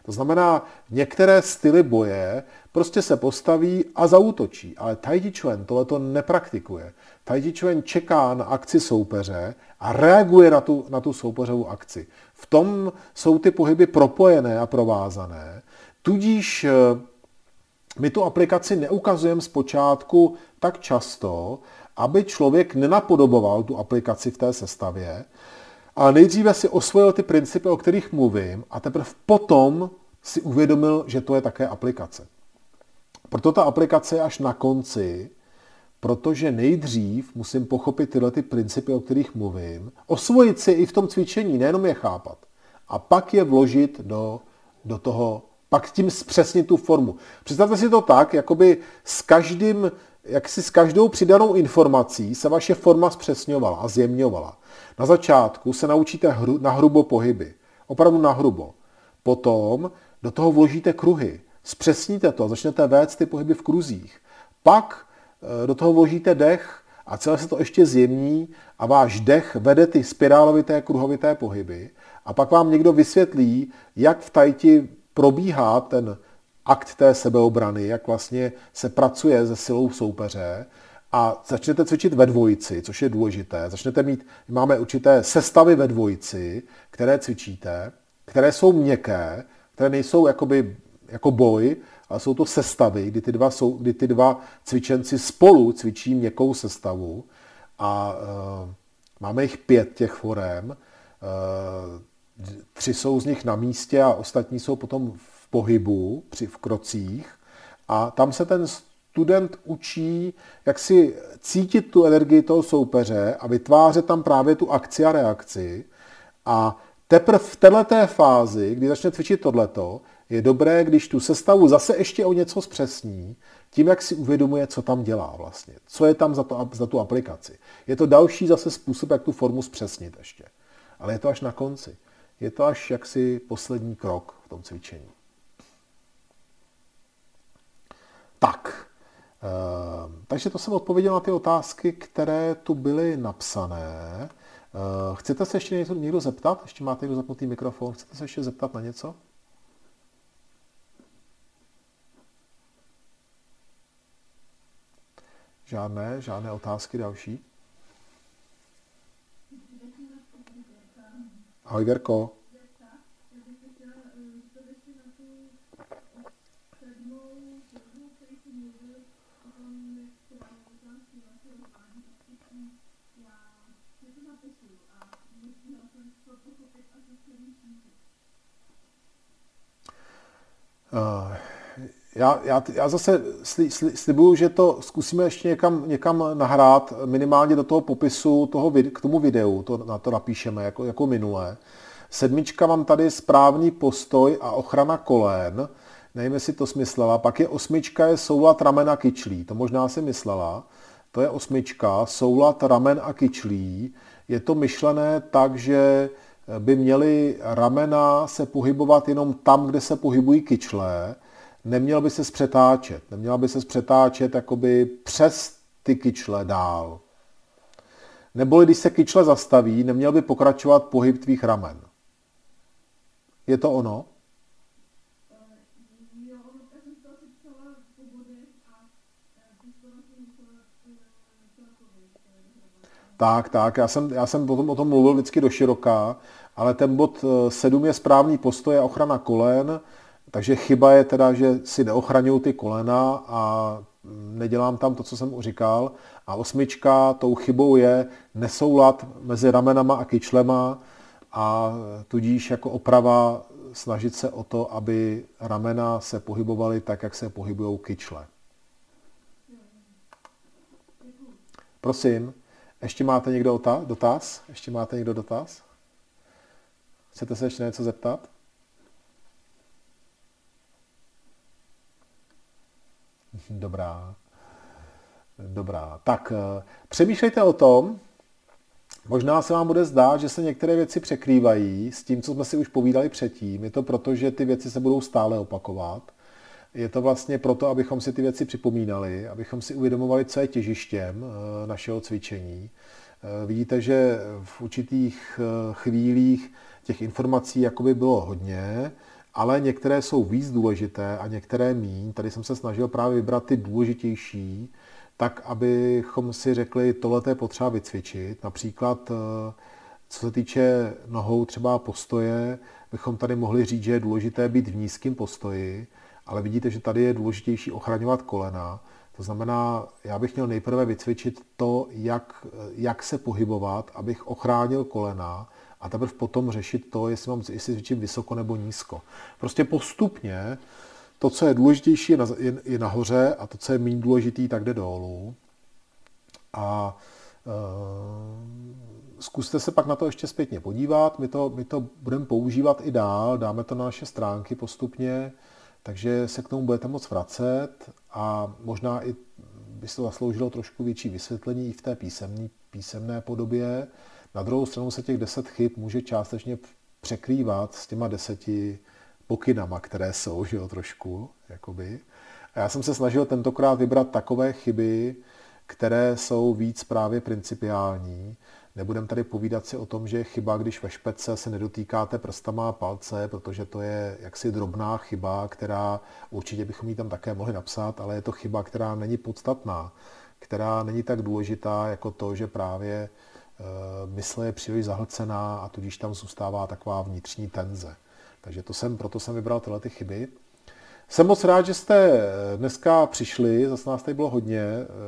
To znamená, některé styly boje prostě se postaví a zaútočí, ale Tai Chi Chuan tohleto nepraktikuje. Tai Chi Chuan čeká na akci soupeře a reaguje na tu, na tu soupeřovou akci. V tom jsou ty pohyby propojené a provázané, tudíž my tu aplikaci neukazujeme zpočátku tak často, aby člověk nenapodoboval tu aplikaci v té sestavě, ale nejdříve si osvojil ty principy, o kterých mluvím, a teprve potom si uvědomil, že to je také aplikace. Proto ta aplikace je až na konci, protože nejdřív musím pochopit tyhle ty principy, o kterých mluvím, osvojit si i v tom cvičení, nejenom je chápat, a pak je vložit do, do toho, pak tím zpřesnit tu formu. Představte si to tak, jakoby s každým, jak si s každou přidanou informací se vaše forma zpřesňovala a zjemňovala. Na začátku se naučíte hru, na hrubo pohyby. Opravdu na hrubo. Potom do toho vložíte kruhy. Zpřesníte to, začnete vést ty pohyby v kruzích. Pak do toho vložíte dech a celé se to ještě zjemní a váš dech vede ty spirálovité, kruhovité pohyby. A pak vám někdo vysvětlí, jak v Tai Chi probíhá ten akt té sebeobrany, jak vlastně se pracuje se silou soupeře, a začnete cvičit ve dvojici, což je důležité. Začnete mít, máme určité sestavy ve dvojici, které cvičíte, které jsou měkké, které nejsou jakoby, jako boj, ale jsou to sestavy, kdy ty dva, jsou, kdy ty dva cvičenci spolu cvičí měkkou sestavu a e, máme jich pět těch forem. E, tři jsou z nich na místě a ostatní jsou potom v pohybu, při, v krocích, a tam se ten student učí, jak si cítit tu energii toho soupeře a vytvářet tam právě tu akci a reakci. A teprve v této fázi, kdy začne cvičit tohleto, je dobré, když tu sestavu zase ještě o něco zpřesní, tím, jak si uvědomuje, co tam dělá vlastně. Co je tam za, to, za tu aplikaci. Je to další zase způsob, jak tu formu zpřesnit ještě. Ale je to až na konci. Je to až jaksi poslední krok v tom cvičení. Tak. Takže to jsem odpověděl na ty otázky, které tu byly napsané. Chcete se ještě někdo, někdo zeptat? Ještě máte někdo zapnutý mikrofon? Chcete se ještě zeptat na něco? Žádné, žádné otázky další? Ahoj, Gerko. Já, já, já zase sli, sli, slibuju, že to zkusíme ještě někam, někam nahrát, minimálně do toho popisu toho, k tomu videu, to, na to napíšeme jako, jako minule. Sedmička mám tady správný postoj a ochrana kolen, nevím, jestli to smyslela. Pak je osmička, je soulad ramen a kyčlí, to možná si myslela. To je osmička, soulad ramen a kyčlí. Je to myšlené tak, že by měly ramena se pohybovat jenom tam, kde se pohybují kyčle. Neměl by se zpřetáčet. Neměla by se zpřetáčet jakoby přes ty kyčle dál. Neboli když se kyčle zastaví, neměl by pokračovat pohyb tvých ramen. Je to ono? Tak, tak, já jsem, já jsem potom o tom mluvil vždycky do široká, ale ten bod sedm je správný postoj a ochrana kolen, takže chyba je teda, že si neochraňuju ty kolena a nedělám tam to, co jsem říkal. A osmička, tou chybou je nesoulad mezi ramenama a kyčlema a tudíž jako oprava snažit se o to, aby ramena se pohybovaly tak, jak se pohybují kyčle. Prosím, ještě máte někdo dotaz? Ještě máte někdo dotaz? Chcete se ještě něco zeptat? Dobrá. Dobrá. Tak přemýšlejte o tom. Možná se vám bude zdát, že se některé věci překrývají s tím, co jsme si už povídali předtím. Je to proto, že ty věci se budou stále opakovat. Je to vlastně proto, abychom si ty věci připomínali, abychom si uvědomovali, co je těžištěm našeho cvičení. Vidíte, že v určitých chvílích těch informací jakoby bylo hodně ale některé jsou víc důležité a některé míň. Tady jsem se snažil právě vybrat ty důležitější, tak abychom si řekli, tohle je potřeba vycvičit. Například, co se týče nohou třeba postoje, bychom tady mohli říct, že je důležité být v nízkém postoji, ale vidíte, že tady je důležitější ochraňovat kolena. To znamená, já bych měl nejprve vycvičit to, jak, jak se pohybovat, abych ochránil kolena a teprve potom řešit to, jestli mám jestli cvičím vysoko nebo nízko. Prostě postupně to, co je důležitější, je, je nahoře a to, co je méně důležitý, tak jde dolů. A e, zkuste se pak na to ještě zpětně podívat. My to, my to budeme používat i dál, dáme to na naše stránky postupně, takže se k tomu budete moct vracet a možná i by se to zasloužilo trošku větší vysvětlení i v té písemné, písemné podobě. Na druhou stranu se těch deset chyb může částečně překrývat s těma deseti pokynama, které jsou, že jo, trošku, jakoby. A já jsem se snažil tentokrát vybrat takové chyby, které jsou víc právě principiální. Nebudem tady povídat si o tom, že je chyba, když ve špetce se nedotýkáte prstama a palce, protože to je jaksi drobná chyba, která určitě bychom ji tam také mohli napsat, ale je to chyba, která není podstatná, která není tak důležitá jako to, že právě e, mysl je příliš zahlcená a tudíž tam zůstává taková vnitřní tenze. Takže to jsem, proto jsem vybral tyhle ty chyby. Jsem moc rád, že jste dneska přišli, zase nás tady bylo hodně.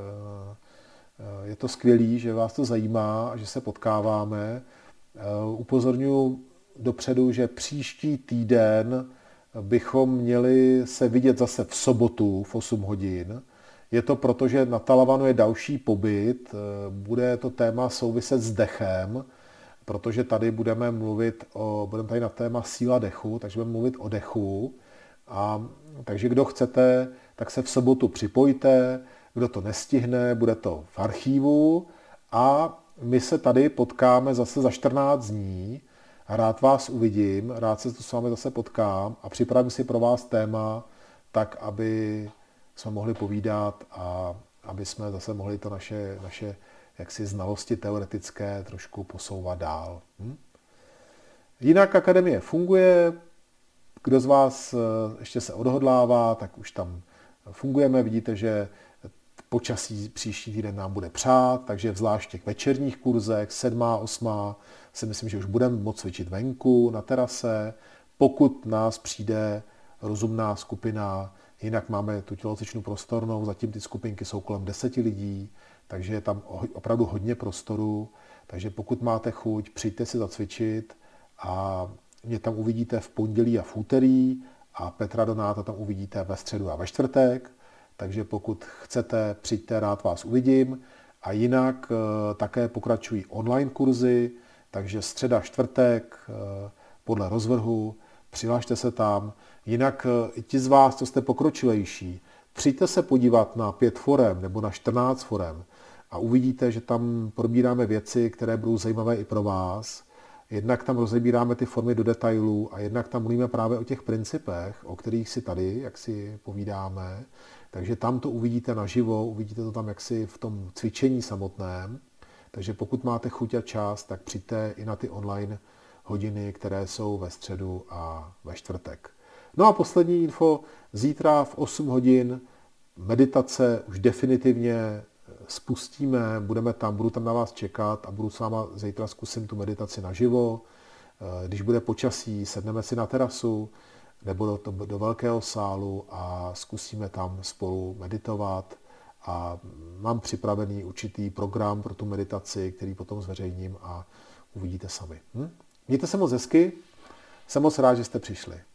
Je to skvělý, že vás to zajímá a že se potkáváme. Upozorňuji dopředu, že příští týden bychom měli se vidět zase v sobotu v osm hodin. Je to proto, že na Talavanu je další pobyt, bude to téma souviset s dechem, protože tady budeme mluvit o, budeme tady na téma síla dechu, takže budeme mluvit o dechu. A, takže kdo chcete, tak se v sobotu připojte, kdo to nestihne, bude to v archívu a my se tady potkáme zase za čtrnáct dní. Rád vás uvidím, rád se tu s vámi zase potkám a připravím si pro vás téma tak, aby jsme mohli povídat a aby jsme zase mohli to naše, naše jaksi znalosti teoretické trošku posouvat dál. Hm? Jinak akademie funguje, kdo z vás ještě se odhodlává, tak už tam fungujeme. Vidíte, že počasí příští týden nám bude přát, takže zvlášť v těch večerních kurzech, sedmá, osmá, si myslím, že už budeme moct cvičit venku, na terase, pokud nás přijde rozumná skupina. Jinak máme tu tělocvičnu prostornou, zatím ty skupinky jsou kolem deseti lidí, takže je tam opravdu hodně prostoru. Takže pokud máte chuť, přijďte si zacvičit a mě tam uvidíte v pondělí a v úterý a Petra Donáta tam uvidíte ve středu a ve čtvrtek. Takže pokud chcete, přijďte, rád vás uvidím. A jinak e, také pokračují online kurzy, takže středa, čtvrtek e, podle rozvrhu, přihlašte se tam. Jinak e, ti z vás, co jste pokročilejší, přijďte se podívat na pět forem nebo na čtrnáct forem a uvidíte, že tam probíráme věci, které budou zajímavé i pro vás. Jednak tam rozebíráme ty formy do detailů a jednak tam mluvíme právě o těch principech, o kterých si tady, jak si povídáme. Takže tam to uvidíte naživo, uvidíte to tam jaksi v tom cvičení samotném. Takže pokud máte chuť a čas, tak přijďte i na ty online hodiny, které jsou ve středu a ve čtvrtek. No a poslední info, zítra v osm hodin meditace už definitivně spustíme, budeme tam, budu tam na vás čekat a budu s váma zítra zkusím tu meditaci naživo. Když bude počasí, sedneme si na terasu nebo do, do velkého sálu a zkusíme tam spolu meditovat a mám připravený určitý program pro tu meditaci, který potom zveřejním a uvidíte sami. Hm? Mějte se moc hezky, jsem moc rád, že jste přišli.